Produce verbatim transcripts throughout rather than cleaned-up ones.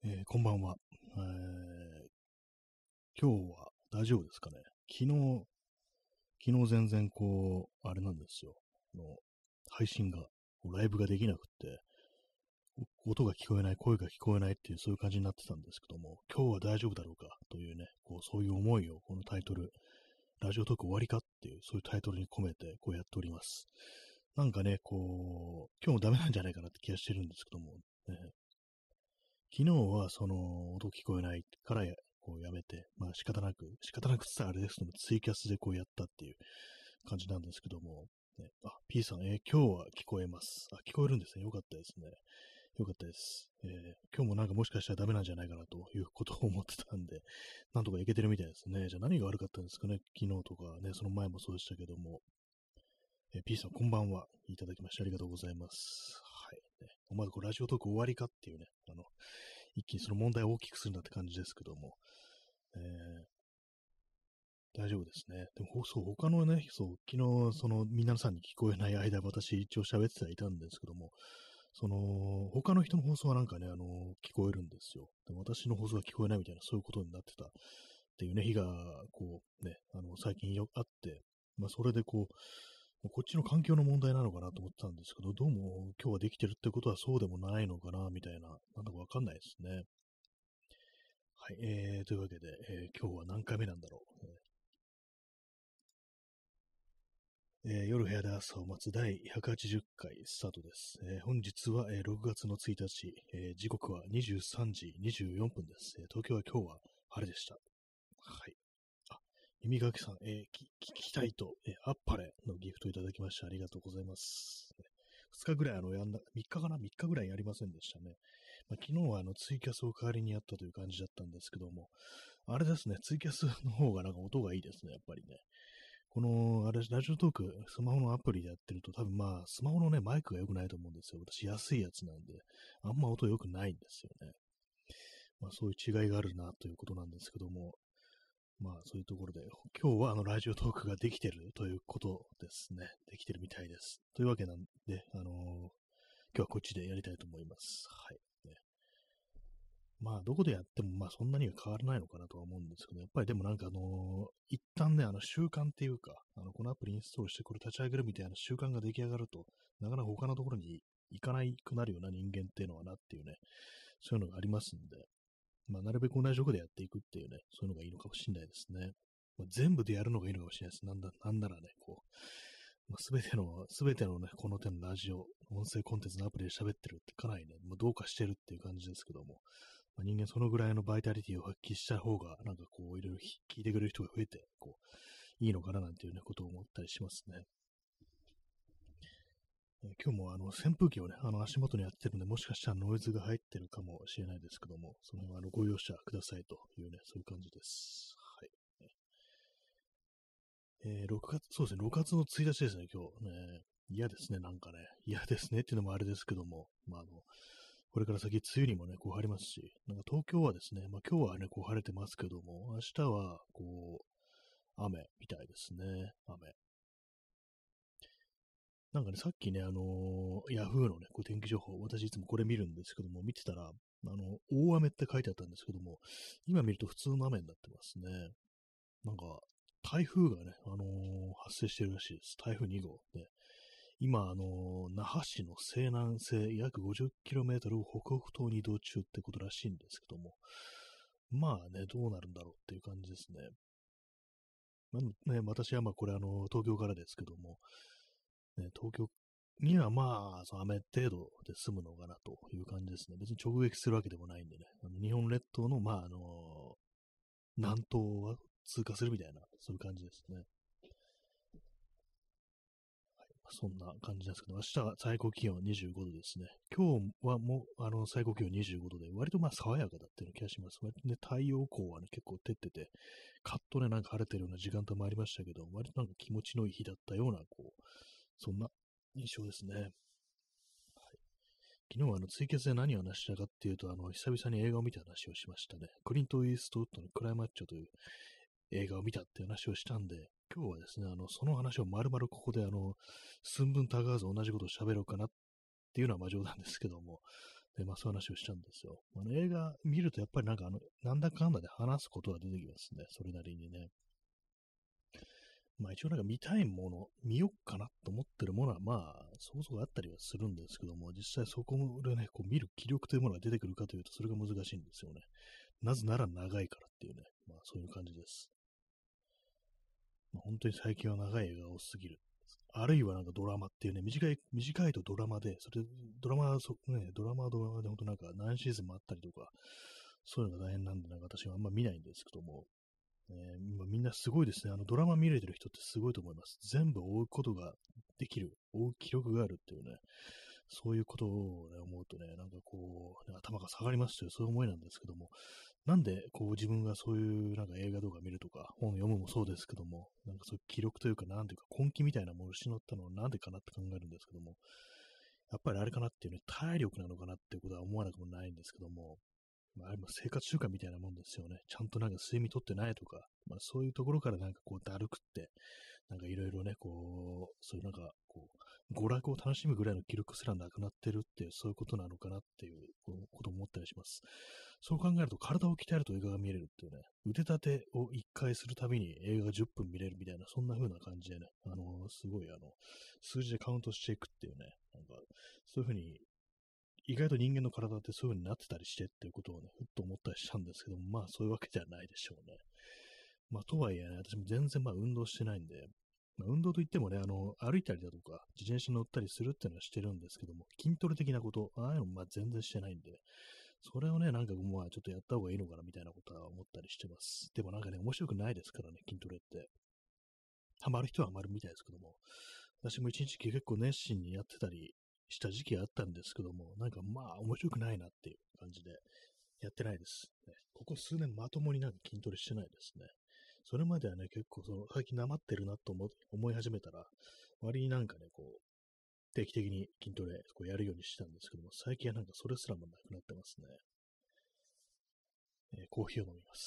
えーこんばんは、えー今日は大丈夫ですかね。昨日、昨日全然こう、あれなんですよ。あの配信が、こうライブができなくって、お音が聞こえない、声が聞こえないっていう、そういう感じになってたんですけども、今日は大丈夫だろうかというね、こうそういう思いをこのタイトル、ラジオトーク終わりかっていう、そういうタイトルに込めてこうやっております。なんかね、こう、今日もダメなんじゃないかなって気がしてるんですけども、ね、昨日はその音聞こえないからやこうやめて、まあ仕方なく、仕方なくつったらあれですけども、ツイキャスでこうやったっていう感じなんですけども、ね、あ、P さん、えー今日は聞こえます。あ、聞こえるんですね。よかったですね。よかったです。えー今日もなんかもしかしたらダメなんじゃないかなということを思ってたんで、なんとかいけてるみたいですね。じゃあ何が悪かったんですかね。昨日とかね、その前もそうでしたけども、えー P さん、こんばんは。いただきましてありがとうございます。はい。ね、まずこれラジオトーク終わりかっていうね、あの、一気にその問題を大きくするんだって感じですけども、えー大丈夫ですね。でも、ほそう、他のね、そう、昨日、その、皆さんに聞こえない間、私一応喋ってはいたんですけども、その、他の人の放送はなんかね、あの、聞こえるんですよ。でも私の放送が聞こえないみたいな、そういうことになってたっていうね、日が、こう、ね、あの、最近よあって、まあ、それでこう、こっちの環境の問題なのかなと思ってたんですけど、どうも今日はできてるってことはそうでもないのかな、みたいな、なんだかわかんないですね。はい、えー、というわけで、えー今日は何回目なんだろう。えー夜部屋で朝を待つ第ひゃくはちじゅっかいスタートです。えー本日は、えーろくがつのついたち、えー時刻はにじゅうさんじにじゅうよんぷんです。えー東京は今日は晴れでした。はい。あ、耳かきさん、えーき聞きたいと、えーあっぱれのギフトいただきましてありがとうございます。ふつかぐらいあのやんだ、みっかかな ?みっ 日ぐらいやりませんでしたね。まあ、昨日はあのツイキャスを代わりにやったという感じだったんですけども、あれですね、ツイキャスの方がなんか音がいいですね、やっぱりね。この、あれ、ラジオトーク、スマホのアプリでやってると、多分まあ、スマホのね、マイクが良くないと思うんですよ。私、安いやつなんで、あんま音良くないんですよね。まあ、そういう違いがあるな、ということなんですけども、まあ、そういうところで、今日はあの、ラジオトークができてるということですね。できてるみたいです。というわけなんで、あのー今日はこっちでやりたいと思います。はい。ね、まあ、どこでやっても、まあ、そんなには変わらないのかなとは思うんですけど、やっぱりでもなんかあのー一旦ね、あの、習慣っていうか、あの、このアプリインストールしてこれ立ち上げるみたいな習慣が出来上がると、なかなか他のところに行かないくなるような人間っていうのはなっていうね、そういうのがありますんで、まあ、なるべく同じとこでやっていくっていうね、そういうのがいいのかもしれないですね。まあ、全部でやるのがいいのかもしれないです。なんだ、なんならね、こう、まあ、すべての、すべてのね、この手のラジオ、音声コンテンツのアプリで喋ってるってかなりね、まあ、どうかしてるっていう感じですけども、まあ、人間そのぐらいのバイタリティを発揮した方が、なんかこう、いろいろ聞いてくれる人が増えて、こう、いいのかななんていうね、ことを思ったりしますね。えー今日もあの扇風機をね、あの足元にやってるんで、もしかしたらノイズが入ってるかもしれないですけども、その辺はあのご容赦くださいというね、そういう感じです。はい。えー、ろくがつ、そうですね、ろくがつのついたちですね、今日ね。嫌ですね、なんかね。嫌ですねっていうのもあれですけども、まあ、あの、これから先、梅雨にもね、こう晴れますし、なんか東京はですね、まあ今日はね、こう晴れてますけども、明日は、こう、雨みたいですね。雨。なんかね、さっきね、あのー、ヤフーのね、こう天気情報、私いつもこれ見るんですけども、見てたら、あの、大雨って書いてあったんですけども、今見ると普通の雨になってますね。なんか、台風がね、あのー発生してるらしいです。台風にごう。ね、今、あのー那覇市の西南西約 ごじゅっキロメートル を北北東に移動中ってことらしいんですけども、まあね、どうなるんだろうっていう感じですね。まあね、私はまあこれあの、東京からですけども、ね、東京にはまあ、その雨程度で済むのかなという感じですね。別に直撃するわけでもないんでね、あの日本列島の、まあ、あの、南東は通過するみたいな、そういう感じですね。そんな感じなんですけど、明日は最高気温にじゅうごどですね。今日はもう、あの、最高気温にじゅうごどで、割とまあ爽やかだったような気がします。割とね、太陽光はね、結構照ってて、カッとね、なんか晴れてるような時間帯もありましたけど、割となんか気持ちのいい日だったような、こう、そんな印象ですね。はい、昨日はあのツイキャスで何を話したかっていうと、あの、久々に映画を見た話をしましたね。クリント・イーストウッドのクライマッチョという映画を見たって話をしたんで、今日はですね、あの、その話を丸々ここで、あの、寸分たがわず同じことを喋ろうかなっていうのはまあ冗談ですけども、 で、まあそういう話をしたんですよ。あの映画見るとやっぱりなんかあの、なんだかんだで話すことが出てきますね。それなりにね。まあ一応なんか見たいもの、見よっかなと思ってるものはまあ、そこそこあったりはするんですけども、実際そこでね、こう見る気力というものが出てくるかというと、それが難しいんですよね。なぜなら長いからっていうね、まあそういう感じです。まあ、本当に最近は長い映画が多すぎる。あるいはなんかドラマっていうね、短い、短いとドラマで、それ、ドラマはそ、ね、ドラマはドラマで本当なんか何シーズンもあったりとか、そういうのが大変なんで、なんか私はあんま見ないんですけども、ね、今みんなすごいですね。あのドラマ見れてる人ってすごいと思います。全部追うことができる、追う記録があるっていうね、そういうことを、ね、思うとね、なんかこう、ね、頭が下がりますという、そういう思いなんですけども、なんでこう自分がそういうなんか映画動画見るとか、本を読むもそうですけども、なんかそういう記録というか、なんていうか根気みたいなものを失ったのはなんでかなって考えるんですけども、やっぱりあれかなっていうね、体力なのかなっていうことは思わなくもないんですけども、まあ、あれも生活習慣みたいなもんですよね。ちゃんとなんか睡眠とってないとか、まあそういうところからなんかこうだるくって、なんかいろいろね、こう、そういうなんかこう、娯楽を楽しむぐらいの記録すらなくなってるっていう、そういうことなのかなっていうことを思ったりします。そう考えると体を鍛えると映画が見れるっていうね、腕立てをいっかいするたびに映画がじゅっぷん見れるみたいな、そんな風な感じでね、あの、すごいあの、数字でカウントしていくっていうね、なんか、そういう風に意外と人間の体ってそういう風になってたりしてっていうことをね、ふっと思ったりしたんですけども、まあそういうわけではないでしょうね。まあとはいえね、私も全然まあ運動してないんで、まあ、運動といってもね、あの、歩いたりだとか、自転車乗ったりするっていうのはしてるんですけども、筋トレ的なこと、ああいうのまあ全然してないんで、それをね、なんかまあちょっとやった方がいいのかなみたいなことは思ったりしてます。でもなんかね、面白くないですからね、筋トレって。ハマる人はハマるみたいですけども、私も一日結構熱心にやってたりした時期があったんですけども、なんかまあ面白くないなっていう感じでやってないです。ね、ここ数年まともになんか筋トレしてないですね。それまではね、結構その最近なまってるなと思思い始めたら、割になんかね、こう、定期的に筋トレこうやるようにしたんですけども、最近はなんかそれすらもなくなってますね。えーコーヒーを飲みます。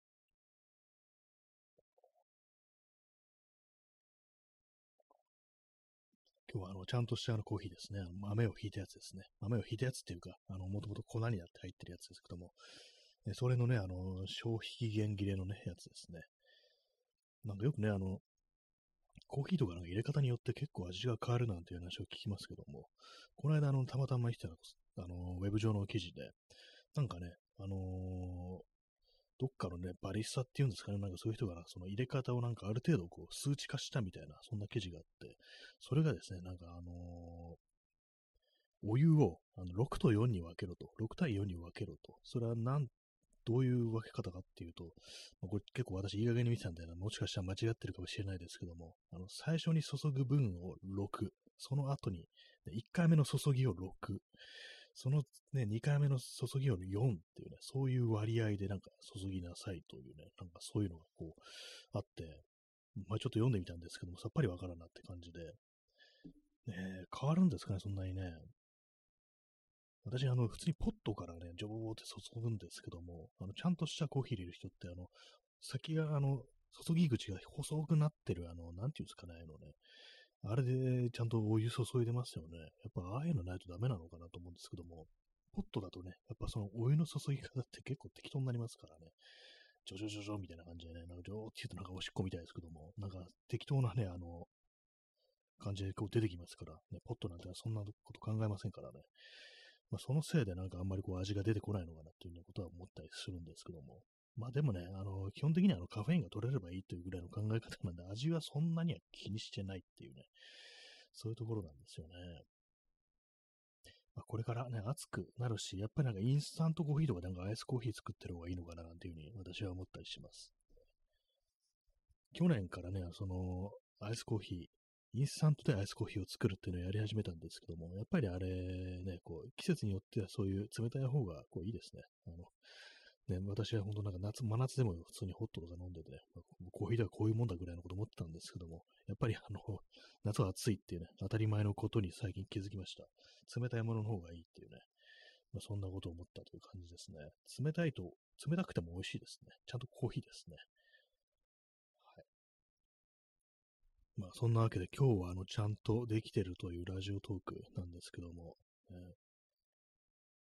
今日はあの、ちゃんとしたあのコーヒーですね。あの豆をひいたやつですね。豆をひいたやつっていうか、あの、もともと粉になって入ってるやつですけども、えそれのね、あの、消費期限切れのね、やつですね。なんかよくね、あの、コーヒーとかの入れ方によって結構味が変わるなんていう話を聞きますけども、この間、あの、たまたま来たあの、ウェブ上の記事で、なんかね、あのーどっかのね、バリスタっていうんですかね、なんかそういう人が、その入れ方をなんかある程度こう数値化したみたいな、そんな記事があって、それがですね、なんかあのーお湯をあのろくとよんに分けろと、ろく対よんに分けろと、それはなんどういう分け方かっていうと、まあこれ結構私いい加減に見てたんで、もしかしたら間違ってるかもしれないですけども、あの最初に注ぐ分をろく、その後にいっかいめの注ぎをろく、そのね、にかいめの注ぎをよんっていうね、そういう割合でなんか注ぎなさいというね、なんかそういうのがこうあって、まあちょっと読んでみたんですけども、さっぱりわからんなって感じで、ね、変わるんですかね、そんなにね。私、あの、普通にポットからね、ジョボーって注ぐんですけども、あの、ちゃんとしたコーヒー入れる人って、あの、先が、あの、注ぎ口が細くなってる、あの、なんていうんですかね、あのね、あれでちゃんとお湯注いでますよね。やっぱああいうのないとダメなのかなと思うんですけども、ポットだとね、やっぱそのお湯の注ぎ方って結構適当になりますからね。ジョジョジョジョみたいな感じでね、なんかジョーって言うとなんかおしっこみたいですけども、なんか適当なね、あの、感じでこう出てきますから、ね、ポットなんてそんなこと考えませんからね。まあ、そのせいでなんかあんまりこう味が出てこないのかなっていうようなことは思ったりするんですけども。まあでもね、あの、基本的にはあのカフェインが取れればいいというぐらいの考え方なんで、味はそんなには気にしてないっていうね、そういうところなんですよね。まあ、これからね、暑くなるし、やっぱりなんかインスタントコーヒーとかなんかアイスコーヒー作ってる方がいいのかななんていうふうに私は思ったりします。去年からね、その、アイスコーヒー、インスタントでアイスコーヒーを作るっていうのをやり始めたんですけども、やっぱりあれね、こう、季節によってはそういう冷たい方がこういいですね。あの、ね、私は本当なんか夏、真夏でも普通にホットとか飲んでて、まあコーヒーではこういうもんだぐらいのこと思ってたんですけども、やっぱりあの、夏は暑いっていうね、当たり前のことに最近気づきました。冷たいものの方がいいっていうね、まあ、そんなことを思ったという感じですね。冷たいと、冷たくても美味しいですね。ちゃんとコーヒーですね。はい。まあ、そんなわけで今日はあの、ちゃんとできてるというラジオトークなんですけども、ね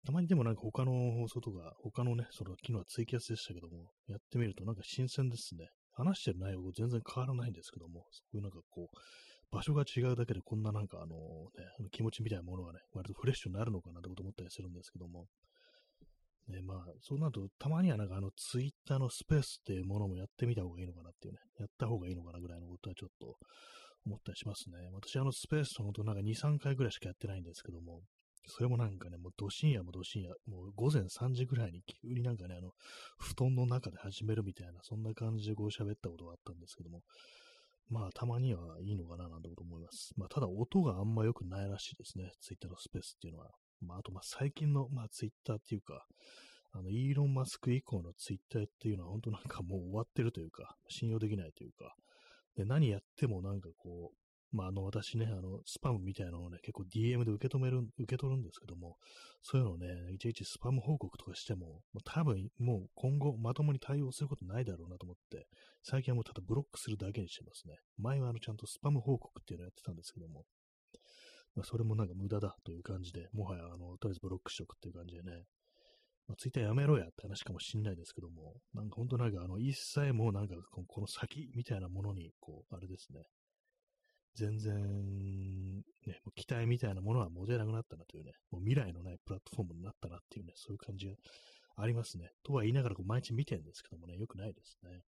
たまにでもなんか他の放送とか、他のね、その機能はツイキャスでしたけども、やってみるとなんか新鮮ですね。話してる内容全然変わらないんですけども、そういうなんかこう、場所が違うだけでこんななんかあのね、あの気持ちみたいなものがね、割とフレッシュになるのかなってこと思ったりするんですけども、ね、まあ、そうなると、たまにはなんかあの、ツイッターのスペースっていうものもやってみた方がいいのかなっていうね、やった方がいいのかなぐらいのことはちょっと思ったりしますね。私、あの、スペースと本当なんかに、さんかいぐらいしかやってないんですけども、それもなんかね、もうど深夜もど深夜、もう午前さんじぐらいに急になんかね、あの、布団の中で始めるみたいな、そんな感じでこう喋ったことがあったんですけども、まあ、たまにはいいのかななんてこと思います。まあ、ただ音があんま良くないらしいですね、ツイッターのスペースっていうのは。まあ、あと、まあ、最近の、まあ、ツイッターっていうか、あの、イーロン・マスク以降のツイッターっていうのは本当なんかもう終わってるというか、信用できないというか、で、何やってもなんかこう、まあ、あの、私ね、あの、スパムみたいなのをね、結構 ディーエム で受け止める、受け取るんですけども、そういうのをね、いちいちスパム報告とかしても、もう多分もう今後まともに対応することないだろうなと思って、最近はもうただブロックするだけにしてますね。前はあの、ちゃんとスパム報告っていうのをやってたんですけども、まあ、それもなんか無駄だという感じで、もはやあの、とりあえずブロックしとくっていう感じでね、まあ、ツイッターやめろやって話かもしんないですけども、なんか本当なんかあの、一切もうなんかこのこの先みたいなものに、こう、あれですね、全然、ね、もう期待みたいなものは持てなくなったなというね、もう未来のないプラットフォームになったなっていうね、そういう感じがありますね。とは言いながらこう毎日見てるんですけどもね、よくないですね。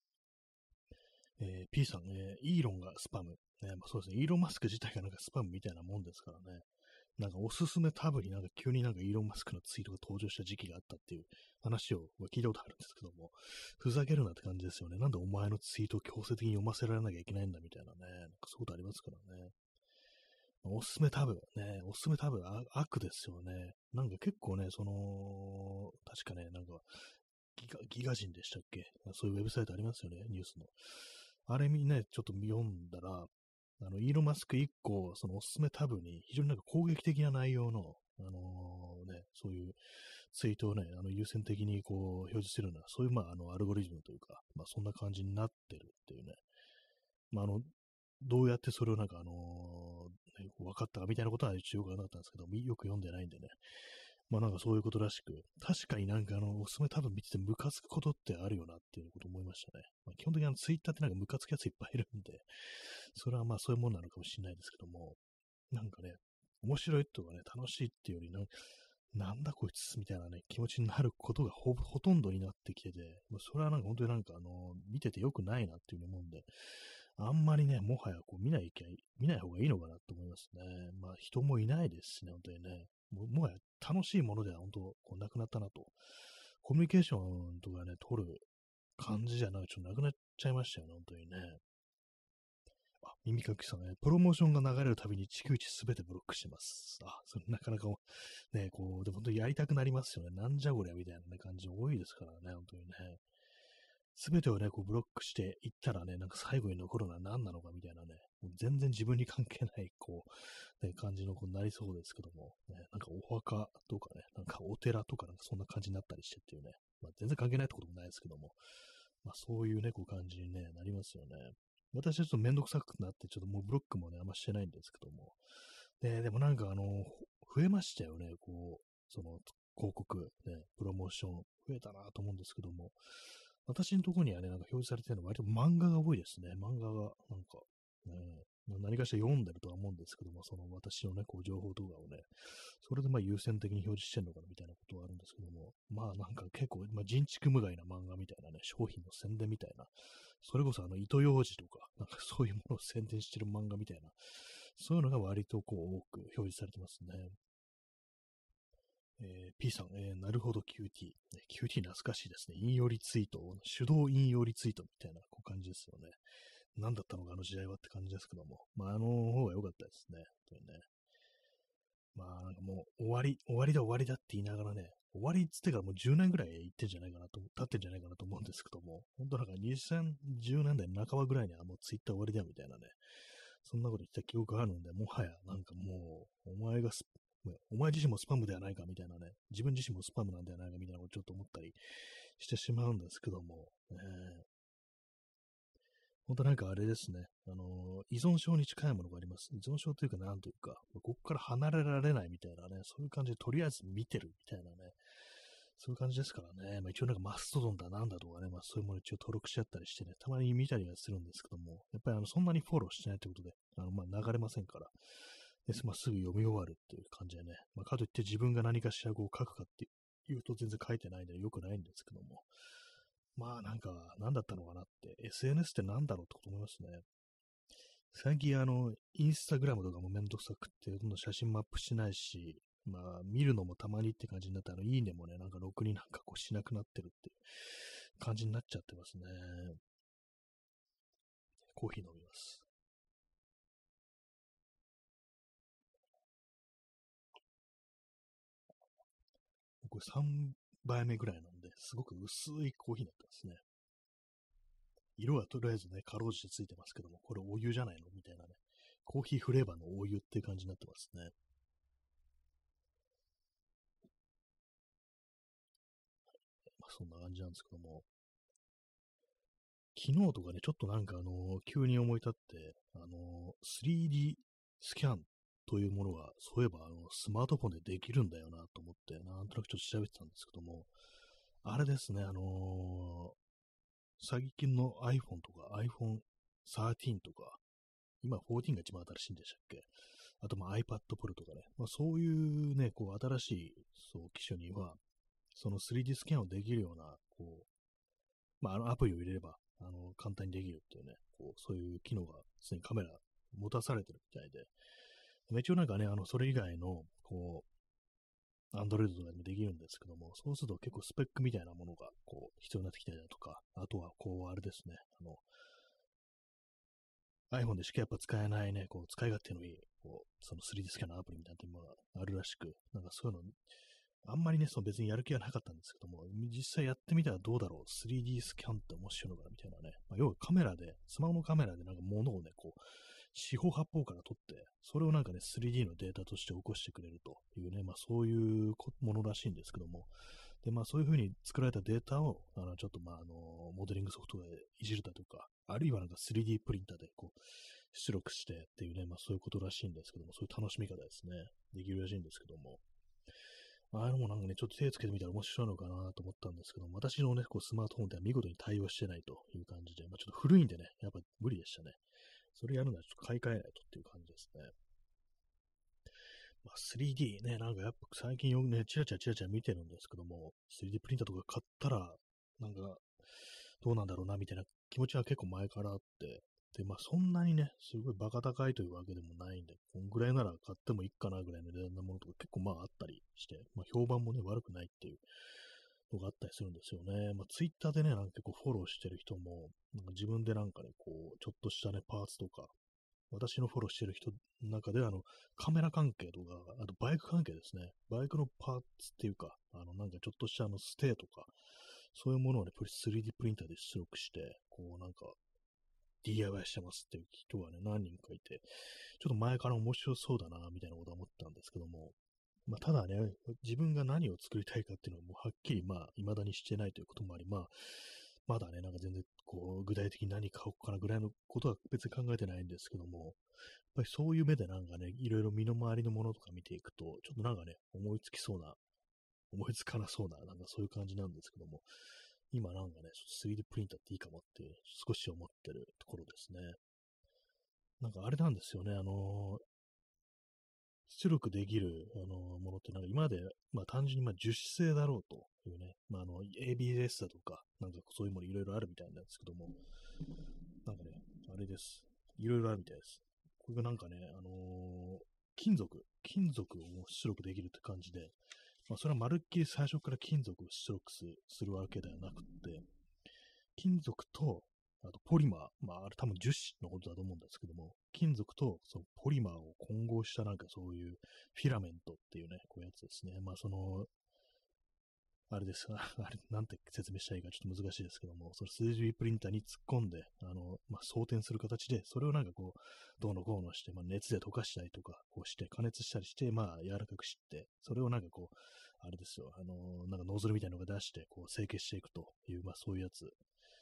えー、P さん、えー、イーロンがスパム。ね、まあ、そうですね、イーロン・マスク自体がなんかスパムみたいなもんですからね。なんかおすすめタブになんか急になんかイーロン・マスクのツイートが登場した時期があったっていう話を聞いたことあるんですけども、ふざけるなって感じですよね。なんでお前のツイートを強制的に読ませられなきゃいけないんだみたいなね。なんかそういうことありますからね。おすすめタブ、ね、おすすめタブ、あ悪ですよね。なんか結構ね、その、確かね、なんかギガ、ギガ人でしたっけ、そういうウェブサイトありますよね、ニュースの。あれみんなね、ちょっと読んだら、あの、イーロン・マスク以降、そのおすすめタブに非常になんか攻撃的な内容の、あのーね、そういうツイートをね、あの優先的にこう表示するような、そういうまあ、あの、アルゴリズムというか、まあ、そんな感じになってるっていうね。まあ、あの、どうやってそれをなんかあのーね、分かったかみたいなことは一応よくわかんなかったんですけど、よく読んでないんでね。まあなんかそういうことらしく、確かになんかあの、おすすめ多分見ててムカつくことってあるよなっていうこと思いましたね。まあ、基本的にあのツイッターってなんかムカつくやついっぱいいるんで、それはまあそういうもんなのかもしれないですけども、なんかね、面白いとかね、楽しいっていうよりな、なんだこいつみたいなね、気持ちになることがほほとんどになってきてて、もうそれはなんか本当になんかあの、見てて良くないなっていうふうに思うんで、あんまりね、もはやこう見ないきゃ、見ない方がいいのかなと思いますね。まあ人もいないですしね、本当にね。ももはや楽しいものでは本当、こうなくなったなと。コミュニケーションとかね、取る感じじゃなく、ちょっとなくなっちゃいましたよね、本当にね。あ、耳かきさんね、プロモーションが流れるたびに逐一すべてブロックしてます。あ、それなかなかね、こう、でも本当にやりたくなりますよね。なんじゃこりゃみたいな、ね、感じ多いですからね、本当にね。すべてをね、こうブロックしていったらね、なんか最後に残るのは何なのかみたいなね、もう全然自分に関係ない、こう、ね、感じのこうなりそうですけども、ね、なんかお墓とかね、なんかお寺とかなんかそんな感じになったりしてっていうね、まあ、全然関係ないってこともないですけども、まあそういうね、こう感じに、ね、なりますよね。私はちょっとめんどくさくなって、ちょっともうブロックもね、あんましてないんですけども、で、でもなんかあの、増えましたよね、こう、その広告、ね、プロモーション増えたなと思うんですけども、私のところにはね、なんか表示されてるのは割と漫画が多いですね。漫画が、なんか、ね、何かしら読んでるとは思うんですけども、その私のね、こう情報動画をね、それでまあ優先的に表示してんのかなみたいなことはあるんですけども、まあなんか結構、まあ、人畜無害な漫画みたいなね、商品の宣伝みたいな、それこそあの糸ようじとか、なんかそういうものを宣伝してる漫画みたいな、そういうのが割とこう多く表示されてますね。えー、P さん、えー、なるほど キューティー、ね。キューティー 懐かしいですね。引用リツイート、手動引用リツイートみたいなこう感じですよね。何だったのかあの時代はって感じですけども。まあ、あの方が良かったですね。本当にね。まあ、なんかもう終わり、終わりだ終わりだって言いながらね、終わりっつってからもうじゅうねんぐらい行ってんじゃないかなと、経ってんじゃないかなと思うんですけども、本当なんかにせんじゅうねんだい半ばぐらいにはもうツイッター終わりだよみたいなね、そんなこと言った記憶があるんで、もはやなんかもう、お前がスお前自身もスパムではないかみたいなね、自分自身もスパムなんではないかみたいなことをちょっと思ったりしてしまうんですけども、ね、 本当なんかあれですね。あの依存症に近いものがあります。依存症というか、なんというか、ここから離れられないみたいなね、そういう感じでとりあえず見てるみたいなね、そういう感じですからね。まあ、一応なんかマストドンだなんだとかね、まあそういうもの一応登録しちゃったりしてね、たまに見たりはするんですけども、やっぱりあのそんなにフォローしてないということで、あのまあ流れませんから、で、まあ、すぐ読み終わるっていう感じでね、まあ、かといって自分が何かしらこう書くかっていうと全然書いてないんで良くないんですけども、まあなんか何だったのかなって、エスエヌエス って何だろうってこと思いますね。最近あの、インスタグラムとかもめんどくさくって、どんどん写真もアップしないし、まあ見るのもたまにって感じになって、あの、いいねもね、なんかろくになんかこうしなくなってるっていう感じになっちゃってますね。コーヒー飲みます。これさんばいめぐらいなんで、すごく薄いコーヒーになってますね。色はとりあえずね、かろうじてついてますけども、これお湯じゃないのみたいなね。コーヒーフレーバーのお湯っていう感じになってますね。まあ、そんな感じなんですけども、昨日とかね、ちょっとなんかあの、急に思い立って、あの、スリーディー スキャンというものが、そういえばあの、スマートフォンでできるんだよなと思って、なんとなくちょっと調べてたんですけども、あれですね、あの最近の iPhone とか アイフォンサーティーン とか、今フォーティーンが一番新しいんでしたっけ？あとまあ iPad Pro とかね、まあ、そういうね、こう新しいそう機種には、その スリーディー スキャンをできるような、こう、まあ、あのアプリを入れれば、あの、簡単にできるっていうね、こう、そういう機能がすでにカメラ持たされてるみたいで、一応なんかね、あの、それ以外の、こう、Android とかでもできるんですけども、そうすると結構スペックみたいなものが、こう、必要になってきたりだとか、あとは、こう、あれですね、あの、iPhone でしかやっぱ使えないね、こう、使い勝手のいい、こう、その スリーディー スキャンのアプリみたいなのがあるらしく、なんかそういうの、あんまりね、その別にやる気はなかったんですけども、実際やってみたらどうだろう、スリーディー スキャンって面白いのかなみたいなね、まあ、要はカメラで、スマホのカメラでなんか物をね、こう、四方八方から撮って、それをなんかね、スリーディー のデータとして起こしてくれるというね、まあそういうものらしいんですけども、で、まあそういう風に作られたデータを、あの、ちょっとまああの、モデリングソフトでいじるだとか、あるいはなんか スリーディー プリンターでこう、出力してっていうね、まあそういうことらしいんですけども、そういう楽しみ方ですね。できるらしいんですけども。ああいうのもなんかね、ちょっと手つけてみたら面白いのかなと思ったんですけども、私のね、こうスマートフォンでは見事に対応してないという感じで、まあちょっと古いんでね、やっぱ無理でしたね。それやるならちょっと買い替えないとっていう感じですね。まあ、スリーディー ね、なんかやっぱ最近よくね、チラチラチラチラ見てるんですけども、スリーディー プリンターとか買ったら、なんか、どうなんだろうな、みたいな気持ちは結構前からあって、で、まあそんなにね、すごいバカ高いというわけでもないんで、こんぐらいなら買ってもいいかなぐらいの値段のものとか結構まああったりして、まあ評判もね、悪くないっていうのがあったりするんですよね。まあツイッターでね、なんか結構フォローしてる人も、なんか自分でなんかね、こう、ちょっとしたね、パーツとか、私のフォローしてる人の中では、あの、カメラ関係とか、あとバイク関係ですね。バイクのパーツっていうか、あの、なんかちょっとしたあの、ステーとか、そういうものをね、スリーディー プリンターで出力して、こうなんか ディーアイワイ してますっていう人がね、何人かいて、ちょっと前から面白そうだな、みたいなことは思ったんですけども、まあ、ただね、自分が何を作りたいかっていうのはもうはっきり、まあ、未だにしてないということもあり、まあ、まだね、なんか全然、こう、具体的に何買おうかなぐらいのことは別に考えてないんですけども、やっぱりそういう目でなんかね、いろいろ身の回りのものとか見ていくと、ちょっとなんかね、思いつきそうな、思いつかなそうな、なんかそういう感じなんですけども、今なんかね、スリーディー プリンターっていいかもって少し思ってるところですね。なんかあれなんですよね、あの出力できる、あのものってなんか今まで、まあ単純にまあ樹脂製だろうというね、まああの エービーエス だとか、なんかそういうものいろいろあるみたいなんですけども、なんかね、あれです。いろいろあるみたいです。これがなんかね、あのー金属、金属を出力できるって感じで、まあそれはまるっきり最初から金属を出力すするわけではなくって、金属と、あとポリマー、まああれ多分樹脂のことだと思うんですけども、金属とそのポリマーを混合したなんかそういうフィラメントっていうね、こういうやつですね。まあその、あれです。あれ、なんて説明したらいいかちょっと難しいですけども、その スリーディー プリンターに突っ込んで、あの、まあ、装填する形で、それをなんかこう、どうのこうのして、まあ、熱で溶かしたりとか、こうして、加熱したりして、まあ、柔らかくして、それをなんかこう、あれですよ、あの、なんかノズルみたいなのが出して、こう、成形していくという、まあ、そういうやつ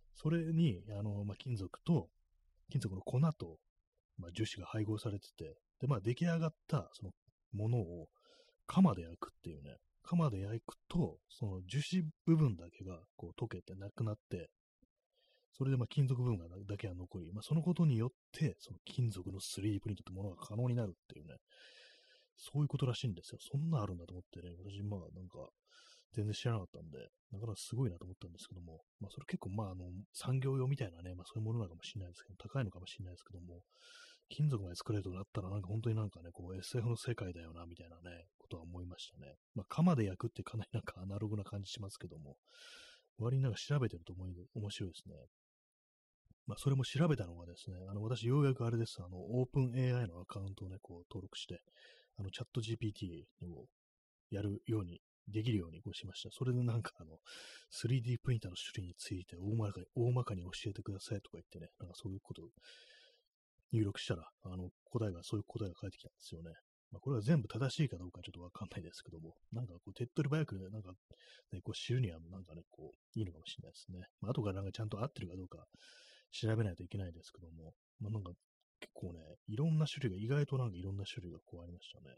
それに、あの、まあ、金属と、金属の粉と、まあ、樹脂が配合されてて、で、まあ、出来上がったそのものを窯で焼くっていうね、窯で焼くと、その樹脂部分だけがこう溶けてなくなって、それでまあ金属部分がだけが残り、まあ、そのことによって、その金属の スリーディー プリントってものが可能になるっていうね、そういうことらしいんですよ。そんなあるんだと思ってね、私、まあなんか、全然知らなかったんで、なかなかすごいなと思ったんですけども、まあそれ結構まああの、産業用みたいなね、まあそういうものなのかもしれないですけど、高いのかもしれないですけども、金属まで作れるとなったら、なんか本当になんかね、こう エスエフ の世界だよな、みたいなね、ことは思いましたね。まあ窯で焼くってかなりなんかアナログな感じしますけども、割になんか調べてると思い、面白いですね。まあ、それも調べたのがですね、あの、私、ようやくあれです、あの、オープン エーアイ のアカウントをね、こう、登録して、あの、チャット ジーピーティー をやるように、できるようにこうしました。それでなんか、あの、スリーディー プリンターの種類について大まかに、大まかに教えてくださいとか言ってね、なんかそういうことを入力したら、あの、答えが、そういう答えが返ってきたんですよね。まあ、これは全部正しいかどうかちょっとわかんないですけども、なんかこう、手っ取り早くね、なんか、ね、こう知るには、なんかね、こう、いいのかもしれないですね。まあ、後からなんかちゃんと合ってるかどうか調べないといけないですけども、まあ、なんか結構ね、いろんな種類が、意外となんかいろんな種類がこうありましたね。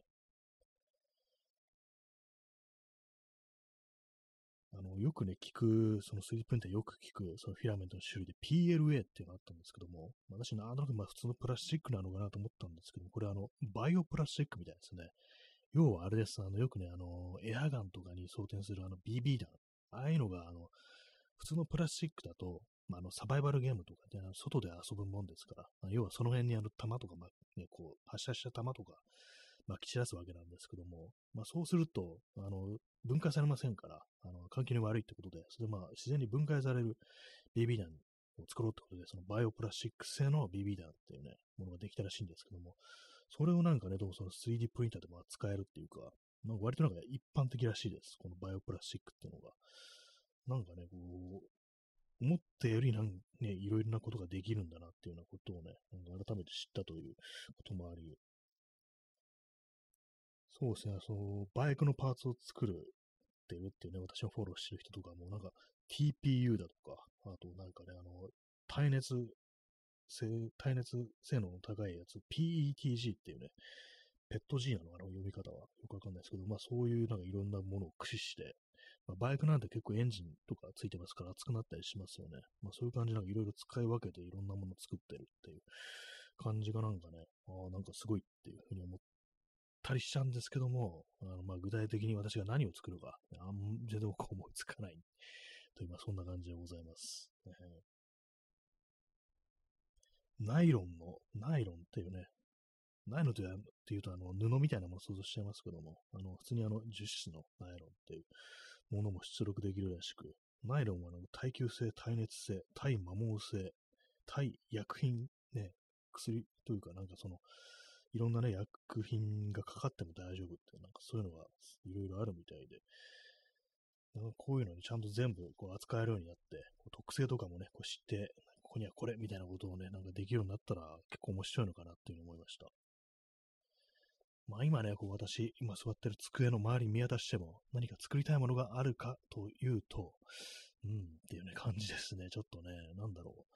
あの、よくね、聞く、その スリーディー プリンターよく聞く、そのフィラメントの種類で ピーエルエー っていうのがあったんですけども、私なんとなくまあ普通のプラスチックなのかなと思ったんですけども、これあの、バイオプラスチックみたいですね。要はあれです。あの、よくね、あの、エアガンとかに装填するあの ビービー 弾。ああいうのが、あの、普通のプラスチックだと、まあ、あの、サバイバルゲームとかで、あの外で遊ぶもんですから、まあ、要はその辺にあの、弾とか、まあ、ね、こう、発射した弾とか、まき散らすわけなんですけども、まあ、そうすると、あの、分解されませんから、あの、環境に悪いってことで、それでまあ、自然に分解される ビービー 弾を作ろうってことで、そのバイオプラスチック製の ビービー 弾っていうね、ものができたらしいんですけども、それをなんかね、どうもその スリーディー プリンターでも使えるっていうか、なんか割となんか一般的らしいです。このバイオプラスチックっていうのが。なんかね、こう、思ったよりなん、ね、いろいろなことができるんだなっていうようなことをね、なんか改めて知ったということもあり、そうですね、その、バイクのパーツを作るっていうっていうね、私のフォローしてる人とかも、なんか ティーピーユー だとか、あとなんかね、あの、耐熱性、耐熱性能の高いやつ、ピーイーティージー っていうね、ペット G なのかな、読み方は。よくわかんないですけど、まあそういうなんかいろんなものを駆使して、まあ、バイクなんて結構エンジンとかついてますから熱くなったりしますよね。まあそういう感じなんかいろいろ使い分けていろんなものを作ってるっていう感じがなんかね、ああ、なんかすごいっていうふうに思ったりしたんですけども、あのまあ具体的に私が何を作るか、あん全然僕思いつかないという、まあそんな感じでございます。えーナイロンの、ナイロンっていうね、ナイロンというっていうと、あの、布みたいなものを想像しちゃいますけども、あの、普通にあの、樹脂のナイロンっていうものも出力できるらしく、ナイロンはあの耐久性、耐熱性、耐摩耗性、耐薬品、ね、薬というか、なんかその、いろんなね、薬品がかかっても大丈夫って、なんかそういうのがいろいろあるみたいで、なんかこういうのにちゃんと全部こう扱えるようになって、こう特性とかもね、こう知って、ここにはこれみたいなことをね、なんかできるようになったら結構面白いのかなっていうふうに思いました。まあ今ね、こう私、今座ってる机の周り見渡しても、何か作りたいものがあるかというと、うん、っていうね、感じですね。ちょっとね、なんだろう。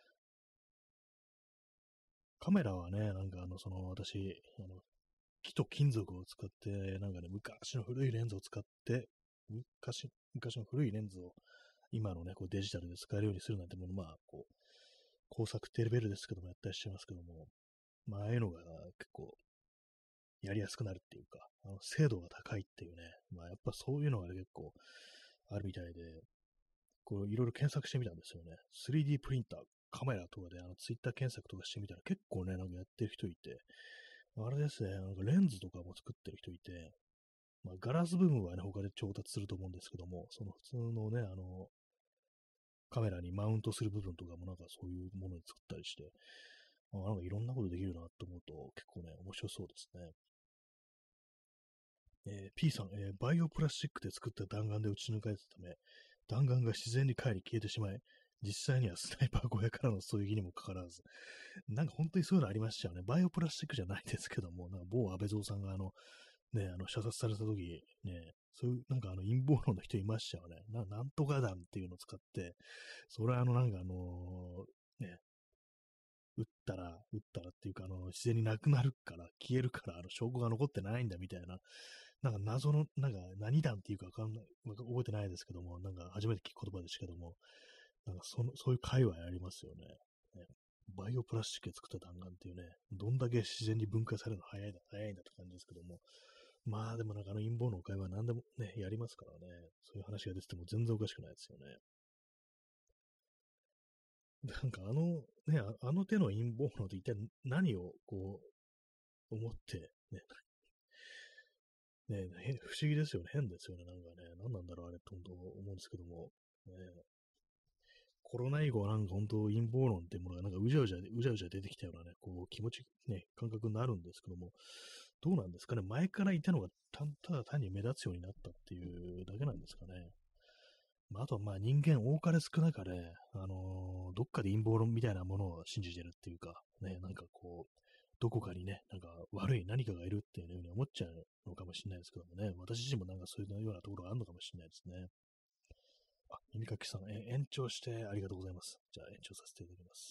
カメラはね、なんかあの、その私、あの、木と金属を使って、なんかね、昔の古いレンズを使って、昔、昔の古いレンズを今のね、こうデジタルで使えるようにするなんてもの、まあ、こう、工作ってレベルですけども、やったりしてますけども、まあ、ああいうのが結構やりやすくなるっていうか、あの精度が高いっていうね、まあ、やっぱそういうのが結構あるみたいで、こういろいろ検索してみたんですよね。スリーディー プリンター、カメラとかであのツイッター検索とかしてみたら結構ね、なんかやってる人いて、あれですね、なんかレンズとかも作ってる人いて、まあ、ガラス部分はね、他で調達すると思うんですけども、その普通のね、あの、カメラにマウントする部分とかもなんかそういうものに作ったりして、あなんかいろんなことできるなと思うと結構ね、面白そうですね。えー P さん、えーバイオプラスチックで作った弾丸で撃ち抜かれたため、弾丸が自然に帰り消えてしまい、実際にはスナイパー小屋からの狙撃にもかかわらず、なんか本当にそういうのありましたよね。バイオプラスチックじゃないですけども、なんか某安倍蔵さんがあの、 ね、あの、射殺された時、ね、そういう、なんかあの、陰謀論の人いましたよね。な、なんとか弾っていうのを使って、それはあの、なんかあのね、撃ったら、撃ったらっていうか、あの、自然になくなるから、消えるから、あの、証拠が残ってないんだみたいな、なんか謎の、なんか何弾っていうかわかんない、わか覚えてないですけども、なんか初めて聞く言葉でしたけども、なんかその、そういう界隈ありますよね。ね、バイオプラスチックで作った弾丸っていうね、どんだけ自然に分解されるの早いんだ、早いんだって感じですけども、まあでもなんかあの陰謀の会話何でもね、やりますからね、そういう話が出てても全然おかしくないですよね。なんかあの、ね、ああの手の陰謀論って一体何をこう思って、ね、ね、へ不思議ですよね。変ですよね。なんかね、何なんだろう、あれ、と思うんですけども。ね、コロナ以後、なんか本当、陰謀論っていうものが、なんかうじゃうじゃ、うじゃうじゃ出てきたようなね、こう、気持ち、ね、感覚になるんですけども、どうなんですかね。前からいたのがた、ただ単に目立つようになったっていうだけなんですかね。まあ、あとは、まあ、人間多かれ少なかれ、あのーどっかで陰謀論みたいなものを信じてるっていうか、ね、なんかこう、どこかにね、なんか悪い何かがいるっていうふうに思っちゃうのかもしれないですけどもね、私自身もなんかそういうようなところがあるのかもしれないですね。あ、耳かきさん、え、延長してありがとうございます。じゃあ延長させていただきます。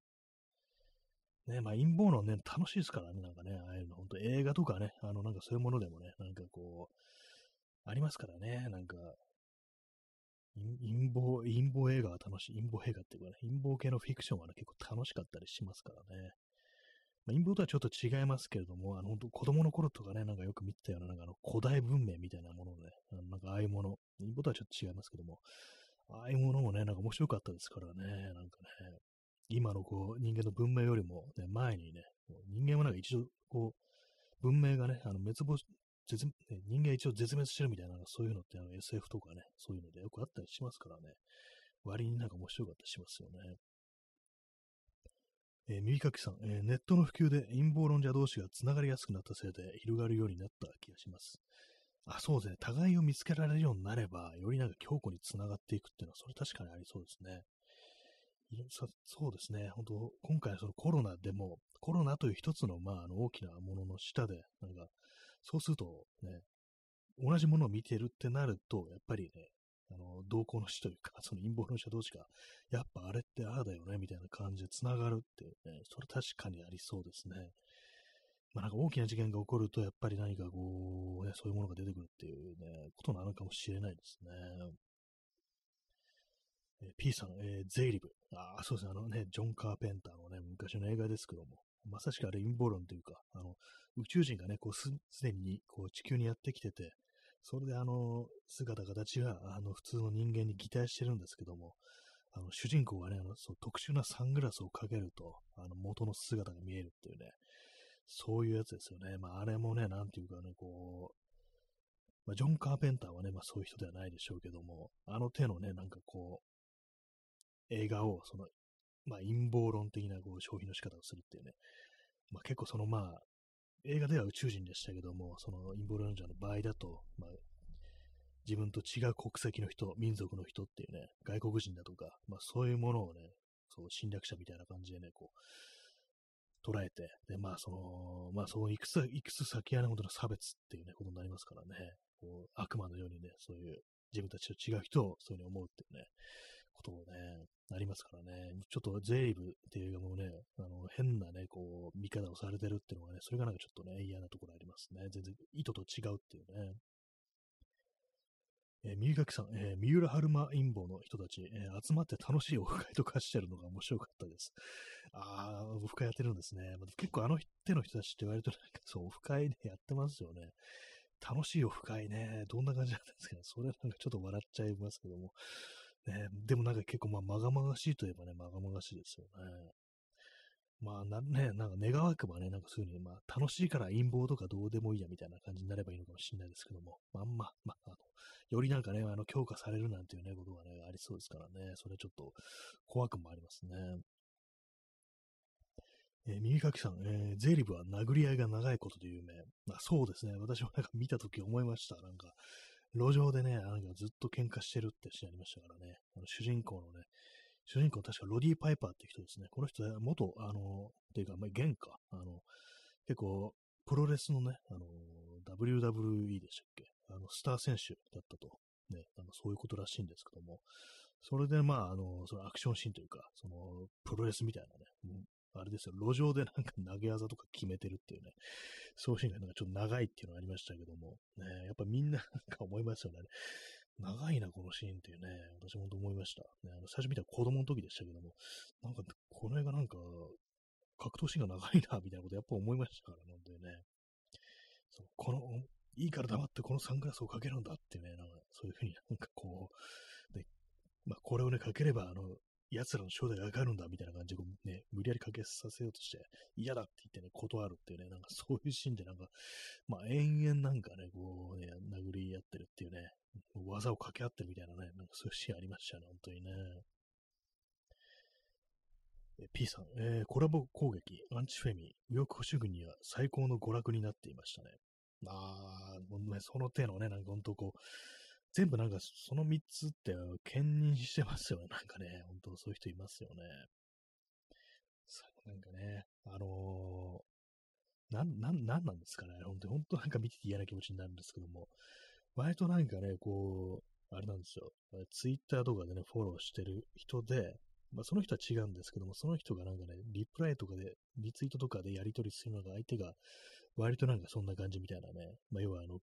ね、まあ陰謀論ね、楽しいですからね、なんかね、ああいうの、本当映画とかね、あの、なんかそういうものでもね、なんかこう、ありますからね、なんか、陰陰謀、陰謀映画は楽しい。陰謀映画っていうかね、陰謀系のフィクションはね、結構楽しかったりしますからね。まあ、陰謀とはちょっと違いますけれども、あの、本当子供の頃とかね、なんかよく見てたような、なんかあの、古代文明みたいなものね、あのなんかああいうもの、陰謀とはちょっと違いますけども、ああいうものもね、なんか面白かったですからね、なんかね、今のこう、人間の文明よりも、ね、前にね、もう人間はなんか一度、こう、文明がね、あの滅亡し、絶ね人間一応絶滅してるみたいな、そういうのってあの エスエフ とかね、そういうのでよくあったりしますからね、割になんか面白かったりしますよね。えー、耳かきさん、えーネットの普及で陰謀論者同士がつながりやすくなったせいで広がるようになった気がします。あ、そうですね。互いを見つけられるようになれば、よりなんか強固につながっていくっていうのは、それ確かにありそうですね。いろそそうですね。本当今回そのコロナでも、コロナという一つの、まあ、あの大きなものの下で、なんか、そうするとね、同じものを見てるってなると、やっぱりね、あの、同行の死というか、その陰謀論者同士が、やっぱあれってああだよね、みたいな感じで繋がるっていうね、それ確かにありそうですね。まあなんか大きな事件が起こると、やっぱり何かこう、ね、そういうものが出てくるっていうね、ことなのかもしれないですね。えー P さん、えーゼイリブ。ああ、そうですね。あのね、ジョン・カーペンターのね、昔の映画ですけども、まさしくあれ陰謀論というか、あの、宇宙人がね、こうす、すでにこう地球にやってきてて、それであの、姿形があの普通の人間に擬態してるんですけども、あの主人公がね、あのそう特殊なサングラスをかけると、あの元の姿が見えるっていうね、そういうやつですよね。まあ、あれもね、なんていうかね、こう、まあ、ジョン・カーペンターはね、まあそういう人ではないでしょうけども、あの手のね、なんかこう、映画を、その、まあ陰謀論的なこう消費の仕方をするっていうね、まあ結構そのまあ、映画では宇宙人でしたけども、その陰謀論者の場合だと、まあ自分と違う国籍の人、民族の人っていうね、外国人だとか、まあそういうものをね、そう侵略者みたいな感じでね、こう、捉えて、で、まあその、まあそういくつ、いくつ先やね、本当の差別っていうね、ことになりますからね、こう、悪魔のようにね、そういう自分たちと違う人をそういうふうに思うっていうね、ことをね、ありますからね、ちょっとゼイブっていう映画もね、あの、変なね、こう、見方をされてるっていうのがね、それがなんかちょっとね、嫌なところありますね。全然意図と違うっていうね。えー、三垣さん、えー、三浦春馬陰謀の人たち、えー集まって楽しいオフ会とかしてるのが面白かったです。あー、オフ会やってるんですね。まあ結構あの手の人たちって言われるとなんかそう、オフ会でやってますよね。楽しいオフ会ね。どんな感じなんですかね。それなんかちょっと笑っちゃいますけども。ね、でもなんか結構まあ、まがまがしいといえばね、まがまがしいですよね。まあ、なね、なんか願わくばね、なんかそういうふうに、まあ、楽しいから陰謀とかどうでもいいやみたいな感じになればいいのかもしれないですけども、まあ、あんま、まあ、あの、よりなんかね、あの、強化されるなんていうね、ことがね、ありそうですからね、それちょっと怖くもありますね。えー耳かきさん、えーゼリブは殴り合いが長いことで有名。まあ、そうですね。私もなんか見たとき思いました。なんか、路上でね、なんかずっと喧嘩してるってシーンありましたからね。あの主人公のね、主人公確かロディ・パイパーって人ですね。この人は元、あの、っていうか、まあ、現か。あの、結構、 プロレスのね、あの、ダブリューダブリューイー でしたっけ、あの、スター選手だったと、ね、あのそういうことらしいんですけども、それで、まあ、あの、そのアクションシーンというか、その、プロレスみたいなね、うんあれですよ、路上でなんか投げ技とか決めてるっていうね、そういうシーンがなんかちょっと長いっていうのがありましたけども、ね、やっぱみんななんか思いますよね。長いな、このシーンっていうね、私も本当思いました。ね、あの最初見たら子供の時でしたけども、なんか、この映画なんか、格闘シーンが長いな、みたいなことやっぱ思いましたからね、本当にね。そうこの、いいから黙ってこのサングラスをかけるんだっていうね、なんかそういうふうになんかこう、で、まあ、これをね、かければ、あの、奴らの正体がわかるんだ、みたいな感じで、ね、無理やりかけさせようとして、嫌だって言ってね、断るっていうね、なんかそういうシーンでなんか、まあ、延々なんかね、こうね、殴り合ってるっていうね、技を掛け合ってるみたいなね、なんかそういうシーンありましたね、本当にね。え P さん、えーコラボ攻撃、アンチフェミ、右翼保守軍には最高の娯楽になっていましたね。ああ、もうね、その手のね、なんか本当こう、全部なんかそのみっつって兼任してますよね。なんかね、本当そういう人いますよね。さなんかね、あのーなん、なん、なんなんですかね。本当に、本当なんか見てて嫌な気持ちになるんですけども、割となんかね、こう、あれなんですよ。ツイッターとかでね、フォローしてる人で、まあ、その人は違うんですけども、その人がなんかね、リプライとかで、リツイートとかでやり取りするのが相手が、割となんかそんな感じみたいなね、まあ、要はあの、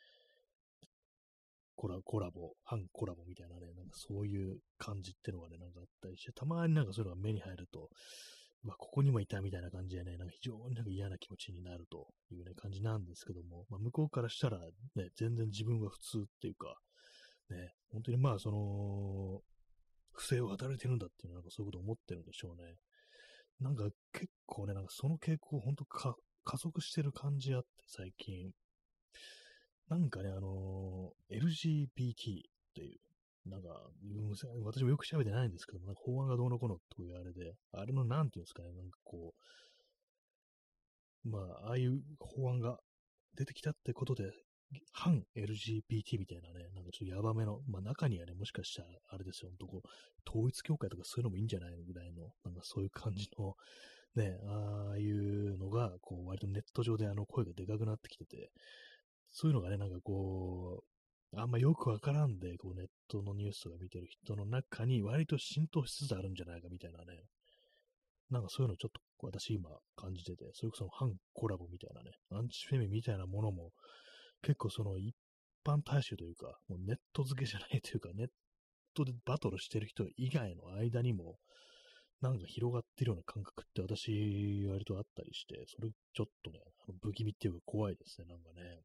コラコラボ、反コラボみたいなね、なんかそういう感じってのがね、なんかあったりして、たまになんかそういうのが目に入ると、まあ、ここにもいたみたいな感じでね、なんか非常になんか嫌な気持ちになるというね、感じなんですけども、まあ、向こうからしたらね、全然自分は普通っていうか、ね、本当にまあ、その、不正を働いてるんだっていうのは、なんかそういうことを思ってるんでしょうね。なんか結構ね、なんかその傾向、本当か加速してる感じあって、最近。なんかね、あのー エルジービーティー っていう、なんか、うん私もよく調べてないんですけども、なんか法案がどうのこうのというあれで、あれのなんていうんですかね、なんかこう、まあ、ああいう法案が出てきたってことで、反 エルジービーティー みたいなね、なんかちょっとヤバめの、まあ中にはね、もしかしたらあれですよ、ほんとこう、統一教会とかそういうのもいいんじゃないのぐらいの、なんかそういう感じの、ね、ああいうのが、こう、割とネット上であの声がでかくなってきてて、そういうのがね、なんかこう、あんまよくわからんで、こうネットのニュースとか見てる人の中に割と浸透しつつあるんじゃないかみたいなね、なんかそういうのちょっと私今感じてて、それこそ反コラボみたいなね、アンチフェミみたいなものも結構その一般大衆というか、もうネット付けじゃないというか、ネットでバトルしてる人以外の間にも、なんか広がってるような感覚って私割とあったりして、それちょっとね、あの不気味っていうか怖いですね、なんかね。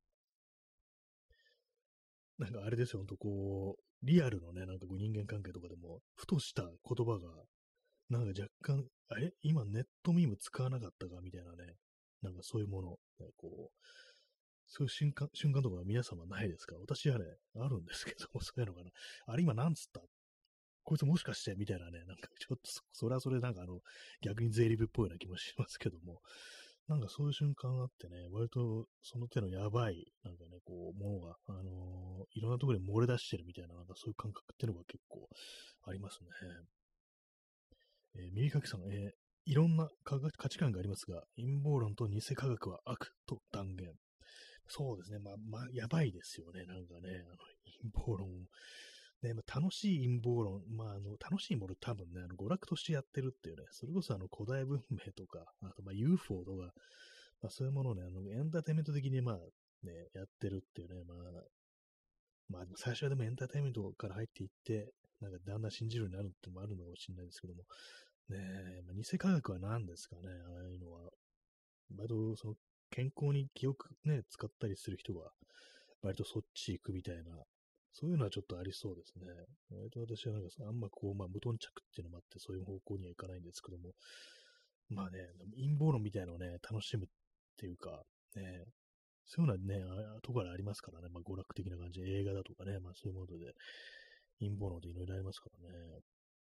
なんかあれですよ、ほんとこう、リアルのね、なんかこう人間関係とかでも、ふとした言葉が、なんか若干、あれ今ネットミーム使わなかったかみたいなね、なんかそういうもの、ね、こう、そういう瞬間、瞬間とか皆様ないですか？私はね、あるんですけども、そういうのかな。あれ今なんつったこいつもしかしてみたいなね、なんかちょっとそ、それはそれなんかあの、逆に税理部っぽいような気もしますけども、なんかそういう瞬間があってね、割とその手のやばい、なんかね、こう、ものが、あのーいろんなところに漏れ出してるみたいな、なんかそういう感覚っていうのが結構ありますね。えー、右かきさん、えーいろんな価価値観がありますが、陰謀論と偽科学は悪と断言。そうですね。まあ、まあ、やばいですよね。なんかね、あの、陰謀論。ね、まあ、楽しい陰謀論。まあ、あの、楽しいもの多分ね、あの、娯楽としてやってるっていうね、それこそあの、古代文明とか、あとまあ、ユーフォー とか、まあ、そういうものをね、あの、エンターテインメント的にまあ、ね、やってるっていうね、まあ、まあ、最初はでもエンターテインメントから入っていって、なんかだんだん信じるようになるってのもあるのかもしれないですけども、ねえ、まあ、偽科学は何ですかね、ああいうのは。割とその健康に気をね、使ったりする人は、割とそっち行くみたいな、そういうのはちょっとありそうですね。割と私はなんかあんまこう、まあ無頓着っていうのもあって、そういう方向にはいかないんですけども、まあね、陰謀論みたいなのをね、楽しむっていうか、ね、そういうのはね、あとからありますからね、まあ娯楽的な感じで映画だとかね、まあそういうもので、陰謀論でいろいろありますからね。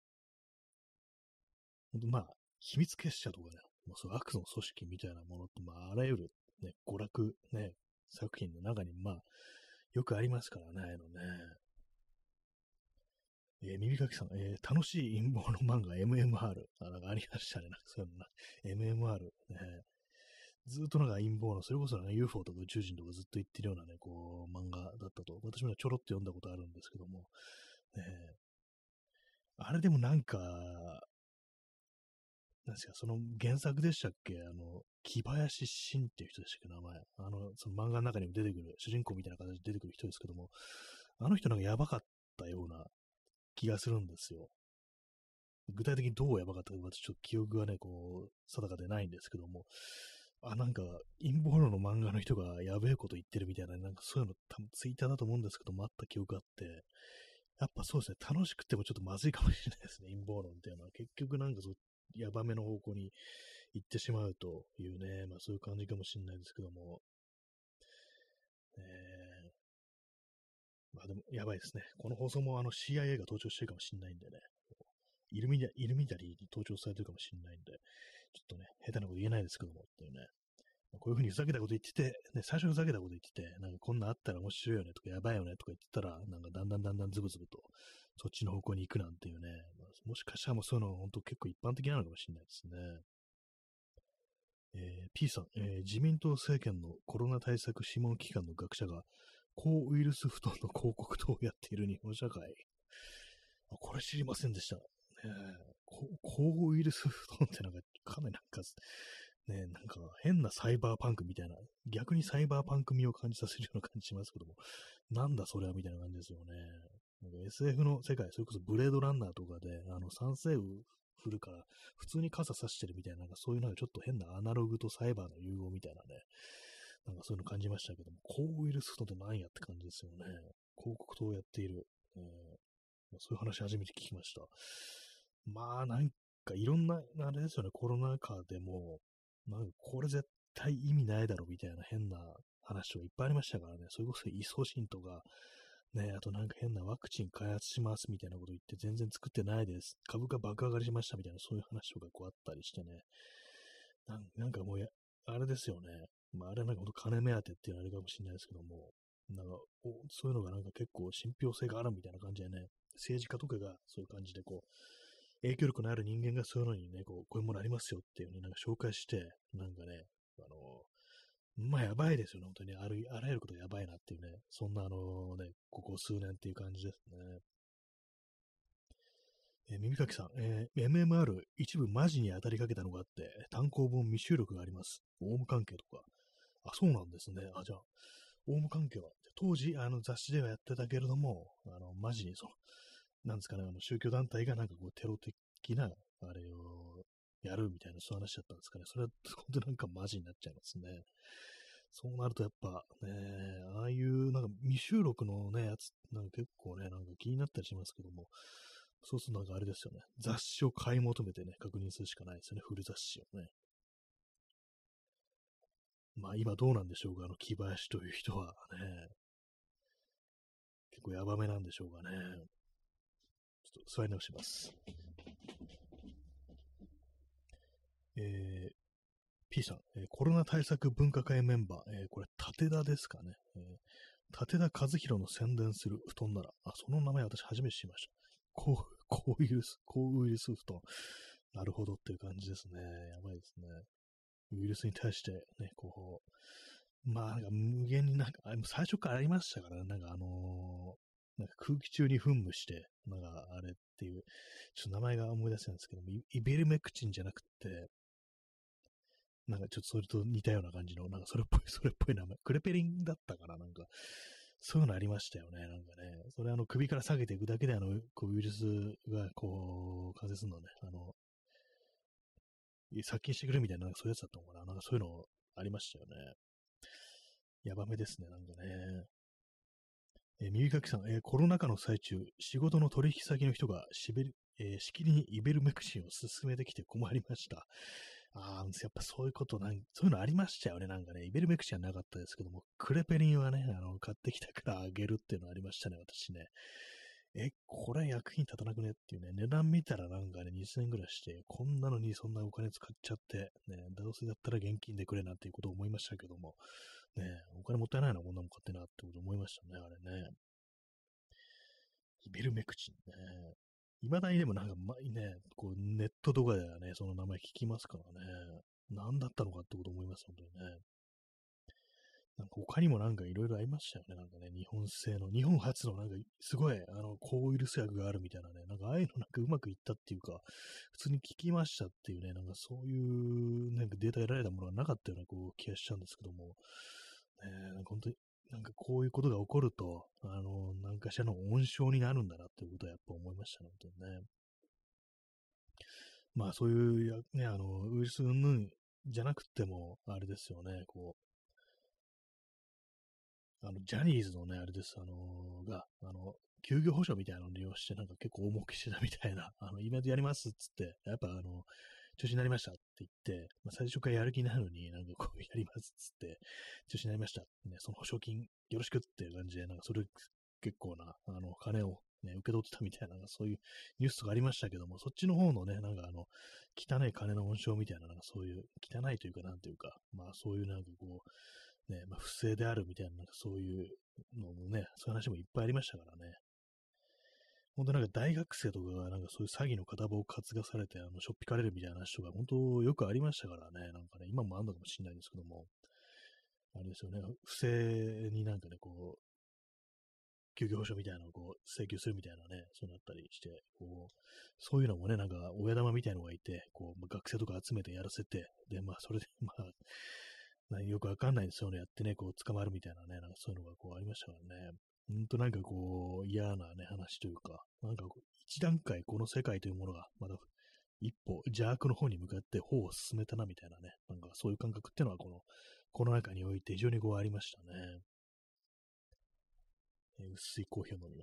ほんとまあ、秘密結社とかね、まあ、そう悪の組織みたいなものって、まあ、あらゆる、ね、娯楽、ね、作品の中に、まあ、よくありますからね、ああいうのね。えー、耳かきさん、えー楽しい陰謀の漫画 エムエムアール。あ、なんかありましたね。なんかそういうのな。エムエムアール、ね。 ずっとなんか陰謀の、それこそね、ユーフォー とか宇宙人とかずっと言ってるようなね、こう、漫画だったと、私もちょろっと読んだことあるんですけども、ね、あれでもなんか、なんですか、その原作でしたっけあの、木林真っていう人でしたっけ、名前。あの、その漫画の中にも出てくる、主人公みたいな形で出てくる人ですけども、あの人なんかやばかったような気がするんですよ。具体的にどうやばかったか、私ちょっと記憶がね、こう、定かでないんですけども、あ、なんか、陰謀論の漫画の人がやべえこと言ってるみたいな、なんかそういうの、多分ツイッターだと思うんですけども、あった記憶があって、やっぱそうですね、楽しくてもちょっとまずいかもしれないですね、陰謀論っていうのは。結局なんかそう、やばめの方向に行ってしまうというね、まあそういう感じかもしれないですけども、えー、まあでも、やばいですね。この放送もあの シーアイエー が登場してるかもしれないんでね、イルミナイルミナリーに登場されてるかもしれないんで、ちょっとね、下手なこと言えないですけども、っていうね。こういうふうにふざけたこと言ってて、ね、最初ふざけたこと言ってて、なんかこんなんあったら面白いよねとかやばいよねとか言ってたら、なんかだんだんだんだんズブズブとそっちの方向に行くなんていうね、まあ、もしかしたらもうそういうの本当結構一般的なのかもしれないですね。えー、P さん、えー自民党政権のコロナ対策諮問機関の学者が、抗ウイルス布団の広告等をやっている日本社会。あ、これ知りませんでした。ねえ、こ抗ウイルス布団ってなんか、かなりなんか、ね、なんか変なサイバーパンクみたいな、逆にサイバーパンク味を感じさせるような感じしますけども、なんだそれはみたいな感じですよね。なんか エスエフ の世界、それこそブレードランナーとかで、あの、酸性雨降るから、普通に傘さしてるみたいな、なんかそういうなんかちょっと変なアナログとサイバーの融合みたいなね、なんかそういうの感じましたけども、抗ウイルス布団って何やって感じですよね。広告塔をやっている。えーそういう話初めて聞きました。まあ、なんかいろんな、あれですよね、コロナ禍でも、なんかこれ絶対意味ないだろみたいな変な話とかいっぱいありましたからね、それこそイソシンとか、ね、あとなんか変なワクチン開発しますみたいなこと言って全然作ってないです。株価爆上がりしましたみたいなそういう話とかこうあったりしてね、なんなんかもうや、あれですよね。まああれはなんかほんと金目当てっていうのはあれかもしれないですけども、なんかおそういうのがなんか結構信憑性があるみたいな感じでね、政治家とかがそういう感じでこう、影響力のある人間がそういうのにね、こう、こういうものありますよっていうね、なんか紹介して、なんかね、あの、まあやばいですよね、本当に。ある、あらゆることがやばいなっていうね、そんなあのね、ここ数年っていう感じですね。えー耳かきさん、えー エムエムアール 一部マジに当たりかけたのがあって、単行本未収録があります。オウム関係とか。あ、そうなんですね。あ、じゃあ、オウム関係は、当時、あの雑誌ではやってたけれども、あの、マジにその、なんですかね、あの宗教団体がなんかこうテロ的な、あれをやるみたいな、そういう話だったんですかね。それは本当なんかマジになっちゃいますね。そうなるとやっぱね、ああいうなんか未収録のね、やつ、なんか結構ね、なんか気になったりしますけども、そうするとなんかあれですよね。雑誌を買い求めてね、確認するしかないですよね。古雑誌をね。まあ今どうなんでしょうか、あの木林という人はね、結構ヤバめなんでしょうかね。ちょっと座り直します。えー、P さん、えーコロナ対策分科会メンバー、えーこれ、武田ですかね。えー武田和弘の宣伝する布団なら、あ、その名前私初めて知りました。抗抗ウイルス、抗ウイルス布団。なるほどっていう感じですね。やばいですね。ウイルスに対してね、こう、まあ、なんか無限になんか、あ最初からありましたからね、なんかあのーなんか空気中に噴霧して、なんかあれっていう、ちょっと名前が思い出せないんですけども、イイベルメクチンじゃなくて、なんかちょっとそれと似たような感じの、なんかそれっぽい、それっぽい名前。クレペリンだったから、なんか、そういうのありましたよね、なんかね。それあの首から下げていくだけで、あの、こうウイルスがこう、感染するのね、あの、殺菌してくれるみたいな、なんかそういうやつだったのかな。なんかそういうのありましたよね。やばめですね、なんかね。えー耳かきさん、えーコロナ禍の最中、仕事の取引先の人がしべり、えーしきりにイベルメクチンを勧めてきて困りました。ああ、やっぱそういうことなん、そういうのありましたよね、なんかね。イベルメクチンはなかったですけども、クレペリンはね、あの、買ってきたからあげるっていうのありましたね、私ね。え、これ役に立たなくねっていうね、値段見たらなんかね、にせんえんぐらいして、こんなのにそんなお金使っちゃって、ね、どうせだったら現金でくれなんていうことを思いましたけども、ね、お金もったいないな、こんなもん買ってなってこと思いましたね、あれね。イベルメクチンね。未だにでもなんか、ま、ね、こうネットとかではね、その名前聞きますからね。 何だったのかってこと思います、本当にね。なんか他にもなんかいろいろありましたよね。なんかね、日本製の、日本初のなんかすごい、あの、抗ウイルス薬があるみたいなね、なんかああいうのなんかうまくいったっていうか、普通に効きましたっていうね、なんかそういうなんかデータ得られたものがなかったようなこう気がしちゃうんですけども、ね、なんか本当に、なんかこういうことが起こると、あの、なんかしらの温床になるんだなっていうことはやっぱ思いましたね、本当にね。まあそういうや、ね、あの、ウイルス云々じゃなくても、あれですよね、こう、あの、ジャニーズのね、あれです、あのが、あの、休業保障みたいなのを利用して、なんか結構大儲けしてたみたいな、あの、イベントやりますっつって、やっぱあの、中止になりましたって言って、まあ、最初からやる気なのに、なんかこうやりますっつって、中止になりました。ね、その保証金よろしくっていう感じで、なんかそれ結構な、あの、金をね、受け取ってたみたいな、そういうニュースとかありましたけども、そっちの方のね、なんかあの、汚い金の温床みたいな、なんかそういう、汚いというか、なんていうか、まあそういうなんかこう、ね、まあ不正であるみたいな、なんかそういうのもね、そういう話もいっぱいありましたからね。本当なんか大学生とかがなんかそういう詐欺の片棒を担がされて、あの、しょっぴかれるみたいな話とか、本当よくありましたからね。なんかね、今もあんのかもしれないんですけども、あれですよね、不正になんかね、こう、休業保障みたいなのをこう請求するみたいなね、そうなったりして、こう、そういうのもね、なんか親玉みたいのがいて、こう、まあ学生とか集めてやらせて、で、まあ、それで、まあ、なよくわかんないんですよね、やってね、こう、捕まるみたいなね、なんかそういうのがこうありましたからね。ほんとなんかこう、嫌なね、話というか、なんかこう一段階この世界というものが、まだ一歩邪悪の方に向かって歩を進めたなみたいなね、なんかそういう感覚っていうのはこの、この中において非常にこうありましたね。えー薄いコーヒーを飲みます。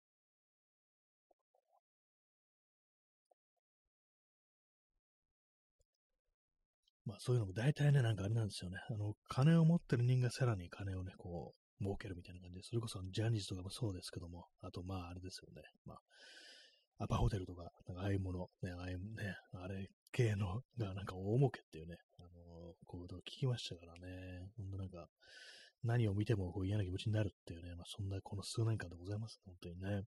まあそういうのも大体ね、なんかあれなんですよね。あの、金を持ってる人がさらに金をね、こう、儲けるみたいな感じで、それこそジャニーズとかもそうですけども、あとまああれですよね。まあ、アパホテルとか、なんかああいうもの、ね、ああいうね、あれ系のがなんか大儲けっていうね、あのーこういうことを聞きましたからね。ほんとなんか、何を見てもこう嫌な気持ちになるっていうね、まあそんなこの数年間でございます。本当にね。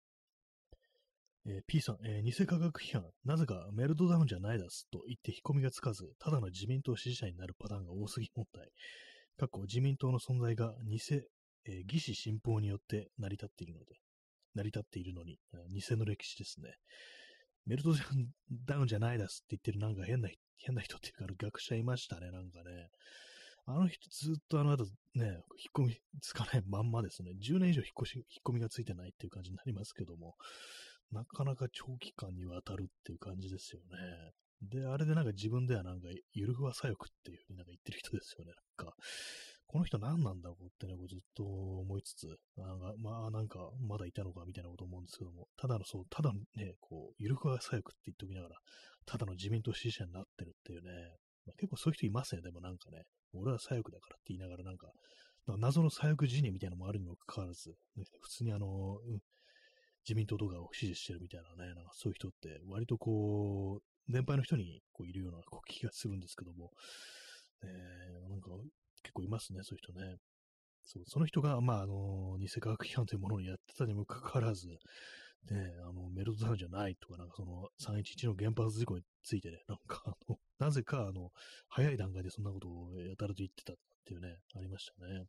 えー P さん、えー偽科学批判、なぜかメルトダウンじゃないですと言って引っ込みがつかず、ただの自民党支持者になるパターンが多すぎ問題。過去自民党の存在が偽、えー義士信奉によって成り立っているので、成り立っているのに、偽の歴史ですね。メルトダウンじゃないですって言ってるなんか変な、変な人っていうか、学者いましたね、なんかね。あの人ずっとあの後ね、引っ込みつかないまんまですね。じゅうねん以上引っ越し、引っ込みがついてないっていう感じになりますけども、なかなか長期間にわたるっていう感じですよね。で、あれでなんか自分ではなんか、ゆるふわ左翼っていうふうになんか言ってる人ですよね。なんか、この人何なんだろうってね、こうずっと思いつつ、なんか、まあなんか、まだいたのかみたいなこと思うんですけども、ただのそう、ただね、こう、ゆるふわ左翼って言っておきながら、ただの自民党支持者になってるっていうね、まあ、結構そういう人いますね、でもなんかね、俺は左翼だからって言いながらなんか、謎の左翼辞任みたいなのもあるにもかかわらず、ね、普通にあの、うん自民党とかを支持してるみたいなね、なんかそういう人って割とこう、年配の人にこういるようなこう気がするんですけども、えー、なんか結構いますね、そういう人ね。そう、その人が、まあ、あの、偽科学批判というものをやってたにもかかわらず、ね、あの、メルトダウンじゃないとか、なんかそのさんいちいちの原発事故についてね、なんかあの、なぜか、あの、早い段階でそんなことをやたらと言ってたっていうね、ありましたね。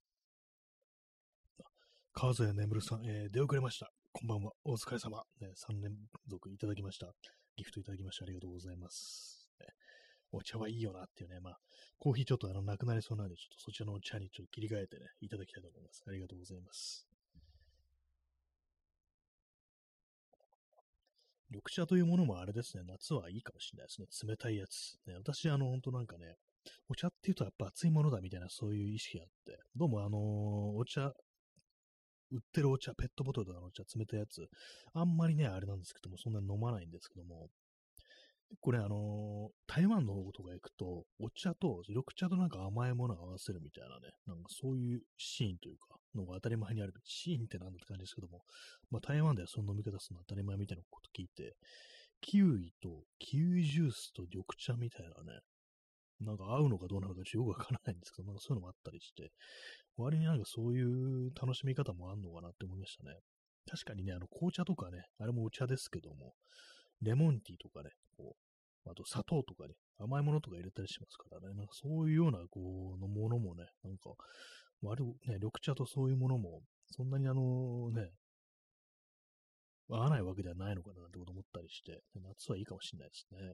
川添眠さん、えー出遅れました。こんばんは。お疲れ様。ね、さん連続いただきました。ギフトいただきましてありがとうございます。ね、お茶はいいよなっていうね、まあ、コーヒーちょっとあの、なくなりそうなんで、ちょっとそちらのお茶にちょっと切り替えてね、いただきたいと思います。ありがとうございます。緑茶というものもあれですね、夏はいいかもしれないですね。冷たいやつ。ね、私、あの、ほんとなんかね、お茶っていうとやっぱ熱いものだみたいなそういう意識があって、どうもあのーお茶、売ってるお茶、ペットボトルとかのお茶、冷たいやつ、あんまりね、あれなんですけども、そんなに飲まないんですけども、これあのー台湾の方とか行くと、お茶と、緑茶となんか甘いものを合わせるみたいなね、なんかそういうシーンというか、のが当たり前にある。シーンってなんだって感じですけども、まあ台湾ではその飲み方するの当たり前みたいなこと聞いて、キウイと、キウイジュースと緑茶みたいなね、なんか合うのかどうなのかちょっとよくわからないんですけど、なんかそういうのもあったりして、割になんかそういう楽しみ方もあんのかなって思いましたね。確かにね、あの紅茶とかね、あれもお茶ですけども、レモンティーとかね、こう、あと砂糖とかね、 甘いものとか入れたりしますからね。なんかそういうような、こう、のものもね、なんか、割る、ね、緑茶とそういうものも、そんなにあのね、合わないわけではないのかなってこと思ったりして、夏はいいかもしれないですね。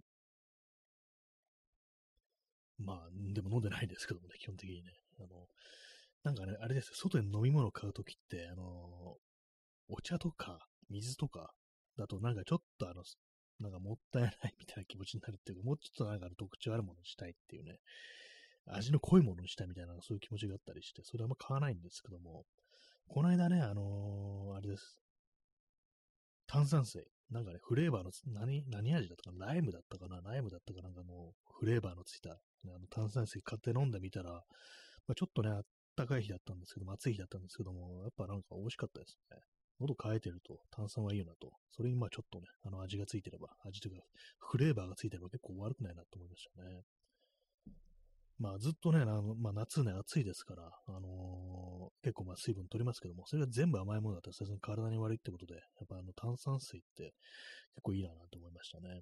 まあ、でも飲んでないですけどもね、基本的にね。あの、なんかね、あれですよ、外で飲み物買うときって、あの、お茶とか水とかだとなんかちょっとあの、なんかもったいないみたいな気持ちになるっていうか、もうちょっとなんか特徴あるものにしたいっていうね、味の濃いものにしたいみたいな、そういう気持ちがあったりして、それはあんま買わないんですけども、この間ね、あのーあれです。炭酸水。なんかね、フレーバーのつ、何、何味だったかな、ライムだったかな、ライムだったかなんかのフレーバーのついた、ね、あの炭酸水買って飲んでみたら、まあ、ちょっとね、あったかい日だったんですけども、暑い日だったんですけども、やっぱなんか美味しかったですね。喉乾いてると炭酸はいいよなと。それにまあちょっとね、あの味がついてれば、味というか、フレーバーがついてれば結構悪くないなと思いましたね。まあずっとね、あのまあ、夏ね、暑いですから、あのー結構まあ水分取りますけども、それが全部甘いものだったら、さすがに体に悪いってことで、やっぱあの炭酸水って結構いいなと思いましたね。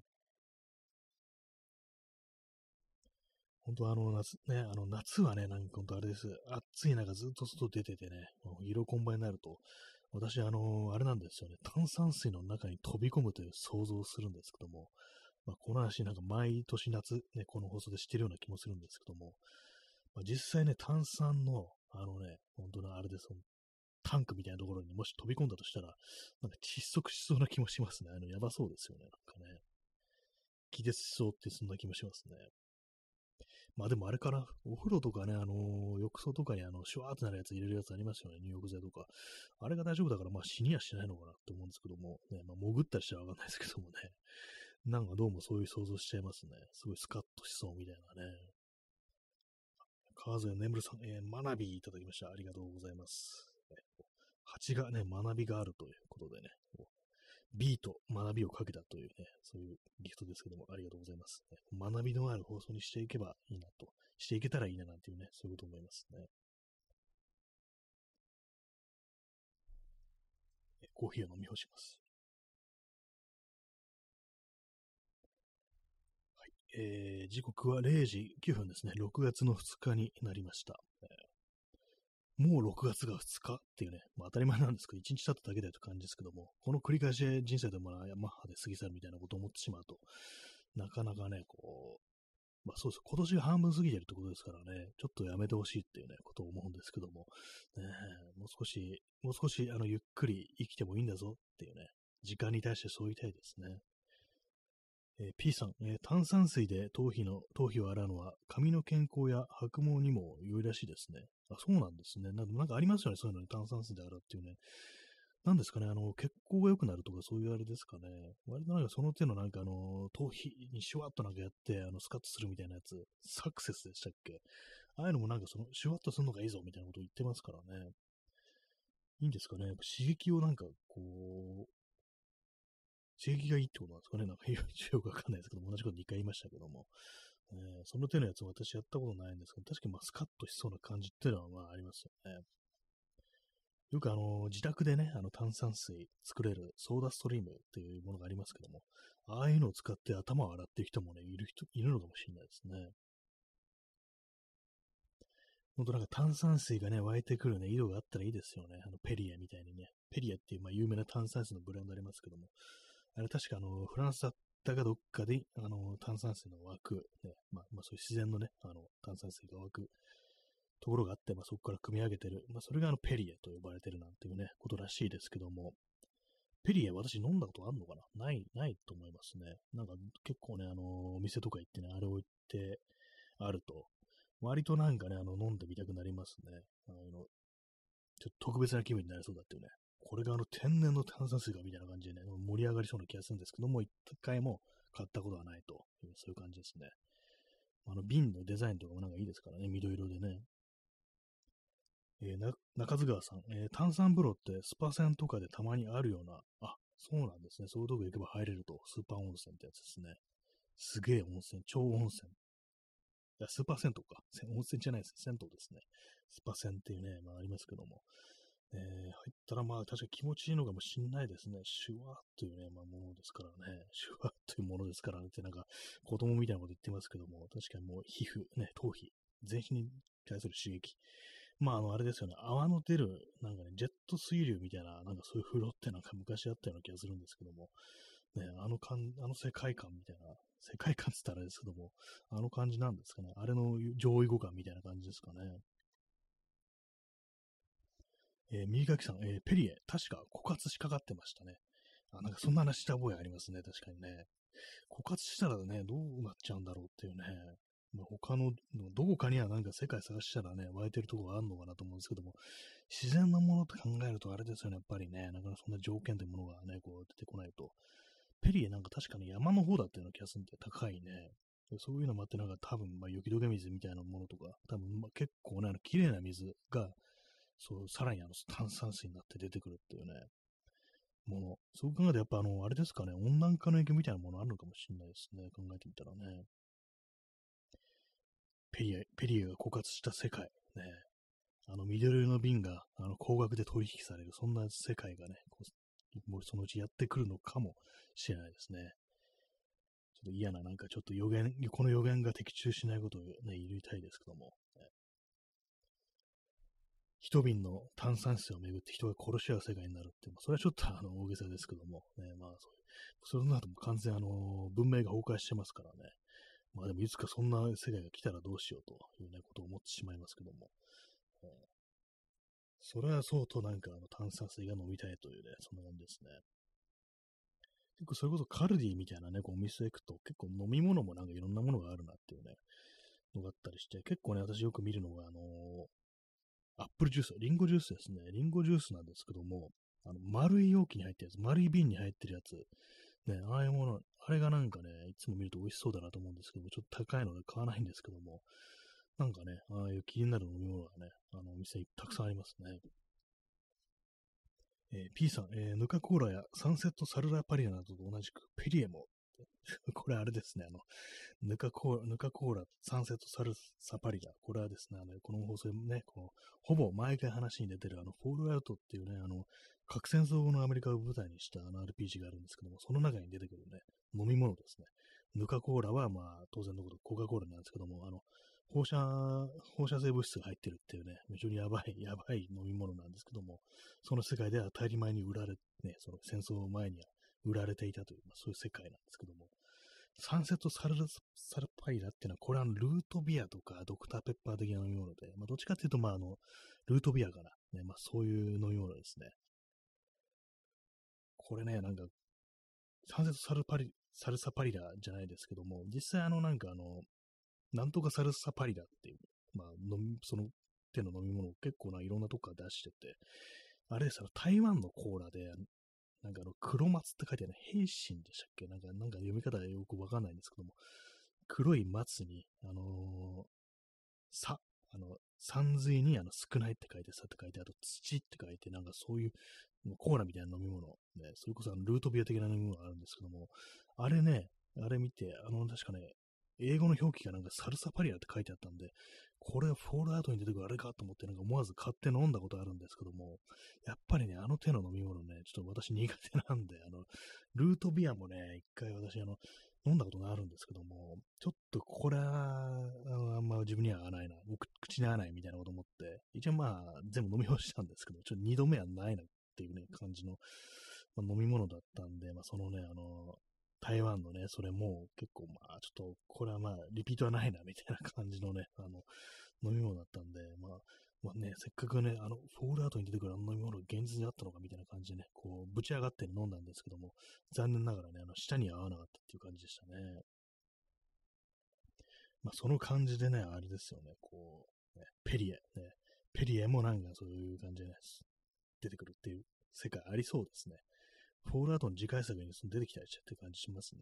本当あの夏、ね、あの夏はね、なんか本当あれです。暑い中ずっと外出ててね、色コンバになると、私、あのあれなんですよね、炭酸水の中に飛び込むという想像をするんですけども、まあ、この話なんか毎年夏、ね、この放送でしてるような気もするんですけども、まあ、実際ね、炭酸の、あのね、本当のあれです、タンクみたいなところにもし飛び込んだとしたら、なんか窒息しそうな気もしますね。あの、やばそうですよね。なんかね。気絶しそうってそんな気もしますね。まあでもあれから、お風呂とかね、あのー浴槽とかにあの、シュワーってなるやつ入れるやつありますよね。入浴剤とか。あれが大丈夫だから、まあ死にはしないのかなって思うんですけども、ね、まあ潜ったりしたらわかんないですけどもね。なんかどうもそういう想像しちゃいますね。すごいスカッとしそうみたいなね。川添眠さん、えー、学びいただきました。ありがとうございます。蜂がね、学びがあるということでね、B と学びをかけたというね、そういうギフトですけども、ありがとうございます。学びのある放送にしていけばいいなと、していけたらいいななんていうね、そういうこと思いますね。コーヒーを飲み干します。はい。えー、時刻はれいじきゅうふんですね。ろくがつのふつかになりました。えーもうろくがつがふつかっていうね、まあ、当たり前なんですけど、いちにち経っただけだよという感じですけども、この繰り返し人生でもマッハで過ぎ去るみたいなことを思ってしまうと、なかなかね、こう、まあそうです。今年が半分過ぎてるってことですからね、ちょっとやめてほしいっていうね、ことを思うんですけども、ねえ、もう少し、もう少し、あの、ゆっくり生きてもいいんだぞっていうね、時間に対してそう言いたいですね。えー P さん、えー炭酸水で頭皮の、頭皮を洗うのは髪の健康や白毛にも良いらしいですね。あ、そうなんですね。なんかなんかありますよね、そういうのに炭酸水で洗うっていうね。なんですかね、あの、血行が良くなるとかそういうあれですかね。割となんかその手のなんかあの、頭皮にシュワッとなんかやって、あの、スカッとするみたいなやつ、サクセスでしたっけ？ああいうのもなんかその、シュワッとするのがいいぞみたいなことを言ってますからね。いいんですかね。やっぱ刺激をなんかこう、刺激がいいってことなんですかね。なんかよくわかんないですけども、同じことにかい言いましたけども。えーその手のやつ私やったことないんですけど、確かにまあスカッとしそうな感じっていうのはまあありますよね。よくあの、自宅でね、あの炭酸水作れるソーダストリームっていうものがありますけども、ああいうのを使って頭を洗ってる人もね、いる人、いるのかもしれないですね。ほんとなんか炭酸水がね、湧いてくるね、井戸があったらいいですよね。あの、ペリエみたいにね。ペリエっていう、まあ、有名な炭酸水のブランドありますけども、あれ確かあの、フランスだったかどっかで、あの、炭酸水の湧く、ね、まあ、まあ、そういう自然のね、あの、炭酸水が湧くところがあって、まあ、そこから組み上げてる。まあ、それがあの、ペリエと呼ばれてるなんていうね、ことらしいですけども、ペリエ私飲んだことあるのかなない、ないと思いますね。なんか結構ね、あの、お店とか行ってね、あれを言ってあると、割となんかね、あの、飲んでみたくなりますね。あの、ちょっと特別な気分になりそうだっていうね。これがあの天然の炭酸水がみたいな感じでね、盛り上がりそうな気がするんですけども、一回も買ったことはないという、そういう感じですね。あの瓶のデザインとかもなんかいいですからね、緑色でね。えー、な中津川さん、えー炭酸風呂ってスパ銭とかでたまにあるような、あ、そうなんですね。そういうとこ行けば入れると、スーパー温泉ってやつですね。すげえ温泉、超温泉。いや、スーパー銭湯か。温泉じゃないです。銭湯ですね。スパ銭っていうね、まあありますけども。 えー、入ったらまあ確か気持ちいいのかもしんないですね。シュワーというね、まあものですからね。シュワーというものですからねってなんか子供みたいなこと言ってますけども、確かにもう皮膚、ね、頭皮、全身に対する刺激。まああのあれですよね、泡の出る、なんかね、ジェット水流みたいな、なんかそういう風呂ってなんか昔あったような気がするんですけども、ね、あの感、あの世界観みたいな、世界観って言ったらあれですけども、あの感じなんですかね。あれの上位互換みたいな感じですかね。えー、右垣さん、えー、ペリエ、確か枯渇しかかってましたね。あ、なんかそんな話した覚えありますね、確かにね。枯渇したらね、どうなっちゃうんだろうっていうね。まあ、他の、どこかにはなんか世界探したらね、湧いてるとこがあるのかなと思うんですけども、自然のものって考えるとあれですよね、やっぱりね、なかなかそんな条件というものがね、こう出てこないと。ペリエなんか確かに山の方だったような気がするんで、高いね。そういうのもあって、なんか多分、まあ、雪解け水みたいなものとか、多分、まあ、結構ね、あの綺麗な水が、そう、さらにあの炭酸水になって出てくるっていうね、もの。そう考えると、やっぱあの、あれですかね、温暖化の影響みたいなものあるのかもしれないですね。考えてみたらね。ペリエ、ペリエが枯渇した世界。ね。あの、緑色の瓶が、あの、高額で取引される、そんな世界がね、こうもうそのうちやってくるのかもしれないですね。ちょっと嫌な、なんかちょっと予言、この予言が的中しないことをね、言いたいですけども。ね、一瓶の炭酸水をめぐって人が殺し合う世界になるって、それはちょっとあの大げさですけども、ね、まあそういう、それの後も完全あの文明が崩壊してますからね。まあでもいつかそんな世界が来たらどうしようというね、ことを思ってしまいますけども。えー、それはそうとなんかあの炭酸水が飲みたいというね、そんな感じですね。結構それこそカルディみたいなね、こうお店行くと結構飲み物もなんかいろんなものがあるなっていうね、のがあったりして、結構ね、私よく見るのが、あのーアップルジュース、リンゴジュースですね。リンゴジュースなんですけども、あの、丸い容器に入ってるやつ、丸い瓶に入ってるやつ、ね、ああいうもの、あれがなんかね、いつも見ると美味しそうだなと思うんですけども、ちょっと高いので買わないんですけども、なんかね、ああいう気になる飲み物がね、あの、お店たくさんありますね。えー P さん、えーヌカコーラやサンセットサルラパリアなどと同じく、ペリエも、これあれですね、あの、ヌカコーラ、ヌカコーラ、サンセットサルサパリラ。これはですね、あの、この放送でね、この、ほぼ毎回話に出てる、あの、フォールアウトっていうね、あの、核戦争後のアメリカを舞台にしたあの アールピージー があるんですけども、その中に出てくるね、飲み物ですね。ヌカコーラは、まあ、当然のこと、コカ・コーラなんですけども、あの、放射、放射性物質が入ってるっていうね、非常にやばい、やばい飲み物なんですけども、その世界では当たり前に売られ、ね、その戦争前には売られていたという、まあ、そういう世界なんですけども、サンセットサルサルパイラっていうのは、これはあのルートビアとかドクターペッパー的な飲み物で、まあ、どっちかっていうと、まあ、あの、ルートビアかな。ね、まあ、そういう飲み物ですね。これね、なんか、サンセットサルパリ、サルサパリラじゃないですけども、実際あの、なんかあの、なんとかサルサパリラっていう、まあ、飲み、その手の飲み物を結構ないろんなとこから出してて、あれです、あの、台湾のコーラで、なんかあの、黒松って書いてある、平心でしたっけなんか、なんか読み方がよくわかんないんですけども、黒い松に、あのー、さ、あの、山水にあの少ないって書いて、さって書いて、あと土って書いて、なんかそういうコーラみたいな飲み物、ね、それこそあのルートビア的な飲み物があるんですけども、あれね、あれ見て、あの、確かね、英語の表記がなんかサルサパリアって書いてあったんで、これフォールアウトに出てくるあれかと思って、なんか思わず買って飲んだことあるんですけども、やっぱりね、あの手の飲み物ね、ちょっと私苦手なんで、あの、ルートビアもね、一回私あの、飲んだことがあるんですけども、ちょっとこれは、あのあんま自分には合わないな、僕口に合わないみたいなこと思って、一応まあ、全部飲み干したんですけど、ちょっと二度目はないなっていうね、感じの、まあ、飲み物だったんで、まあ、そのね、あの、台湾のね、それも結構まあ、ちょっと、これはまあ、リピートはないな、みたいな感じのね、あの、飲み物だったんで、まあ、まあね、せっかくね、あの、フォールアウトに出てくるあの飲み物が現実にあったのかみたいな感じでね、こう、ぶち上がって飲んだんですけども、残念ながらね、あの、舌に合わなかったっていう感じでしたね。まあ、その感じでね、あれですよね、こう、ね、ペリエ、ね、ペリエもなんかそういう感じでね、出てくるっていう世界ありそうですね。フォールアウトの次回作に出てきたりしてって感じしますね。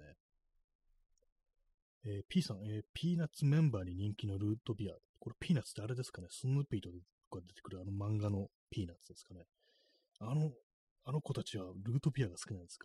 えー、P さん、えー、ピーナッツメンバーに人気のルートビア。これピーナッツってあれですかね、スヌーピーとか出てくるあの漫画のピーナッツですかね。あの、あの子たちはルートビアが好きなんですか。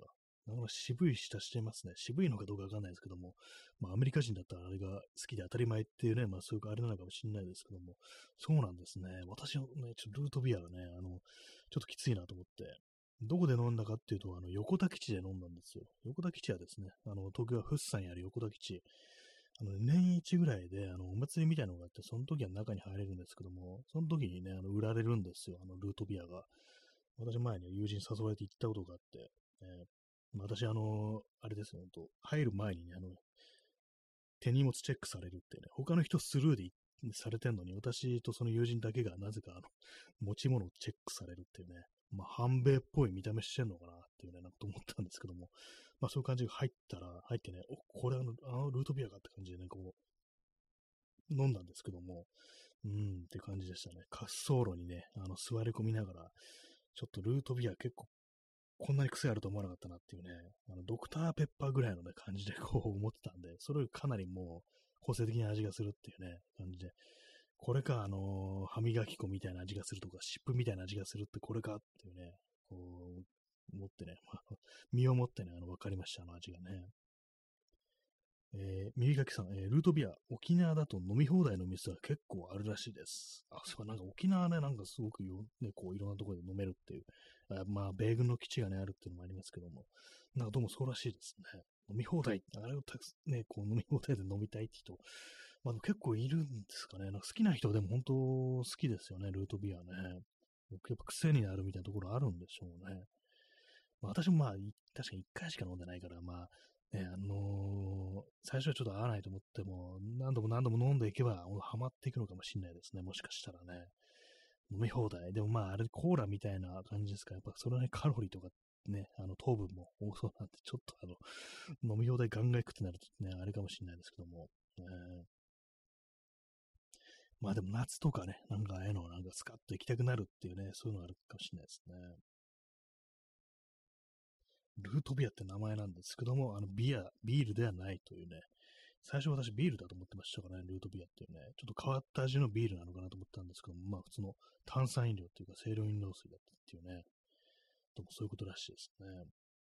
なかなか渋い舌してますね。渋いのかどうかわかんないですけども、まあアメリカ人だったらあれが好きで当たり前っていうね、まあそういうあれなのかもしれないですけども、そうなんですね。私のね、ちょっとルートビアがね、あの、ちょっときついなと思って、どこで飲んだかっていうと、あの、横田基地で飲んだんですよ。横田基地はですね、あの、東京は福生にある横田基地、あの、年一ぐらいで、あの、お祭りみたいなのがあって、その時は中に入れるんですけども、その時にね、あの、売られるんですよ、あの、ルートビアが。私前に友人誘われて行ったことがあって、えー私、あの、あれですよ、本当入る前にね、あの、手荷物チェックされるってね、他の人スルーでいされてんのに、私とその友人だけがなぜか、あの、持ち物をチェックされるっていうね、まあ、反米っぽい見た目してんのかなっていうね、なんかと思ったんですけども、まあ、そういう感じが入ったら、入ってね、お、これあの、あのルートビアかって感じでね、こう、飲んだんですけども、うーんって感じでしたね。滑走路にね、あの、座り込みながら、ちょっとルートビア結構こんなに癖あると思わなかったなっていうね、あのドクターペッパーぐらいのね、感じでこう思ってたんで、それよりかなりもう個性的な味がするっていうね、感じで、これか、あのー歯磨き粉みたいな味がするとか、湿布みたいな味がするってこれかっていうね、こう、思ってね、まあ、身をもってね、あの、わかりました、あの味がね。えー、耳かきさん、えールートビア、沖縄だと飲み放題の店は結構あるらしいです。あ、そう、なんか沖縄ね、なんかすごくよ、ね、こういろんなところで飲めるっていう、あまあ、米軍の基地がね、あるっていうのもありますけども、なんかどうもそうらしいですね。飲み放題、あれをたくね、こう飲み放題で飲みたいって人、まあ、でも結構いるんですかね。なんか好きな人でも本当好きですよね、ルートビアね。やっぱ癖になるみたいなところあるんでしょうね。まあ、私もまあ、い確かにいっかいしか飲んでないから、まあ、ね、あのー最初はちょっと合わないと思っても、何度も何度も飲んでいけば、ハマっていくのかもしれないですね。もしかしたらね。飲み放題。でもまあ、あれ、コーラみたいな感じですから、やっぱそれなりにカロリーとかね、あの、糖分も多そうなんで、ちょっとあの、飲み放題ガンガン行くってなるとね、あれかもしれないですけども。えーまあでも夏とかね、なんかああいうのなんかスカッと行きたくなるっていうね、そういうのあるかもしれないですね。ルートビアって名前なんですけども、あの、ビア、ビールではないというね、最初私ビールだと思ってましたからね、ルートビアっていうね、ちょっと変わった味のビールなのかなと思ったんですけども、まあ普通の炭酸飲料っていうか清涼飲料水だったっていうね、でもそういうことらしいですね。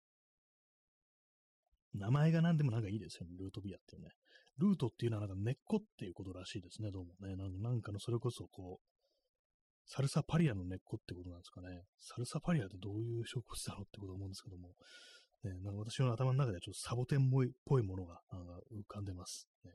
名前が何でもなんかいいですよね、ルートビアっていうね。ルートっていうのはなんか根っこっていうことらしいですね、どうもね。なんなんかのそれこそこう、サルサパリアの根っこってことなんですかね。サルサパリアってどういう植物だろうってこと思うんですけども、ね、なんか私の頭の中ではちょっとサボテンっぽいっぽいものがなんか浮かんでます、ね。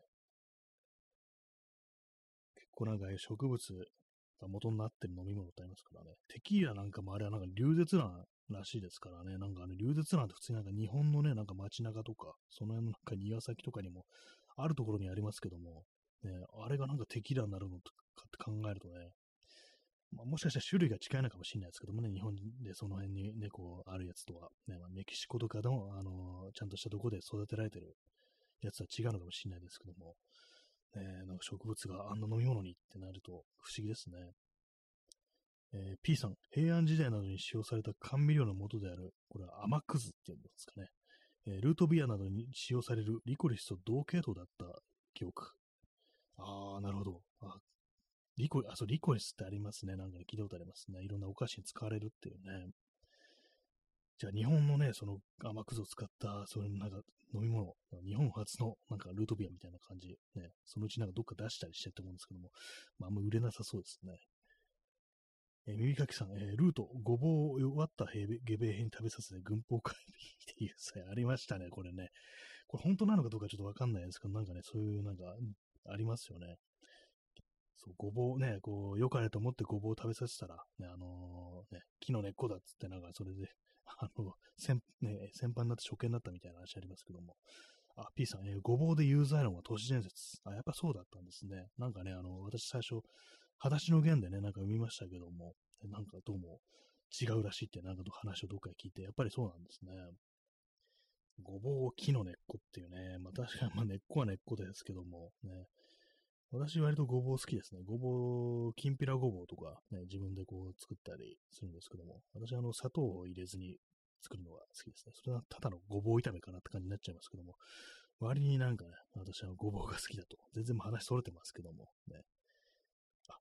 結構なんか植物が元になってる飲み物ってありますからね。テキーラなんかもあれはなんか流絶蘭らしいですからね。なんかあの流絶蘭って普通になんか日本のね、なんか街中とか、その辺のなんか庭先とかにもあるところにありますけども、ね、あれがなんかテキーラになるのとかって考えるとね、まあ、もしかしたら種類が近いのかもしれないですけどもね、日本でその辺にね、こう、あるやつとは、ね、まあ、メキシコとかの、あのーちゃんとしたところで育てられてるやつは違うのかもしれないですけども、ね、なんか植物があんな飲み物にってなると不思議ですね。えー P さん、平安時代などに使用された甘味料の元である、これは甘くずっていうんですかね。えールートビアなどに使用されるリコリスと同系統だった記憶。ああ、なるほど。あ、リコ、あ、そう、リコリスってありますね。なんか、ね、聞いたことありますね。いろんなお菓子に使われるっていうね。じゃあ、日本のね、その甘くずを使った、そういうなんか飲み物、日本初のなんかルートビアみたいな感じ、ね、そのうちなんかどっか出したりしてると思うんですけども、まあ、あんま売れなさそうですね。えー耳かきさん、えールート、ごぼうを弱ったゲベ兵に食べさせて軍法会議っていう際ありましたね、これね。これ本当なのかどうかちょっとわかんないですけど、なんかね、そういうなんかありますよね。そう、ごぼうね、こう、良かれと思ってごぼうを食べさせたら、ね、あのーね、木の根っこだっつって、なんかそれで、あの、先、ね、先般になって処刑になったみたいな話ありますけども。あ、P さん、えーごぼうで有罪論は都市伝説。あ、やっぱそうだったんですね。なんかね、あの、私最初、裸足の弦でね、なんか見ましたけども、なんかどうも違うらしいって、なんか話をどっかで聞いて、やっぱりそうなんですね。ごぼうを木の根っこっていうね、まあ確かにまあ根っこは根っこですけども、ね、私割とごぼう好きですね。ごぼう、きんぴらごぼうとか、ね、自分でこう作ったりするんですけども、私はあの砂糖を入れずに作るのが好きですね。それはただのごぼう炒めかなって感じになっちゃいますけども、割になんかね、私はごぼうが好きだと。全然話それてますけども、ね。あ、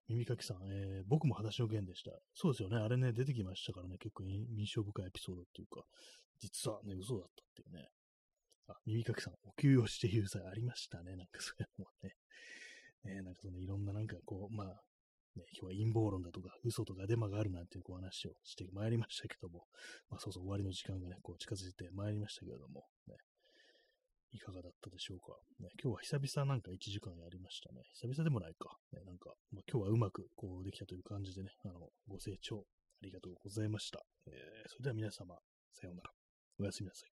耳かきさん、えー、僕も裸足の弦でした。そうですよね。あれね、出てきましたからね、結構印象深いエピソードっていうか、実はね、嘘だったっていうね。あ、耳かきさん、お給与して有罪ありましたね。なんかそういうのもね。ね、なんかそのいろんななんかこう、まあ、ね、今日は陰謀論だとか、嘘とかデマがあるなんていうこう話をしてまいりましたけども、まあそうそう終わりの時間がね、こう近づいてまいりましたけれども、ね、いかがだったでしょうか。ね、今日は久々なんかいちじかんやりましたね。久々でもないか。ね、なんか、まあ、今日はうまくこうできたという感じでね、あの、ご清聴ありがとうございました。えー、それでは皆様、さようなら。おやすみなさい。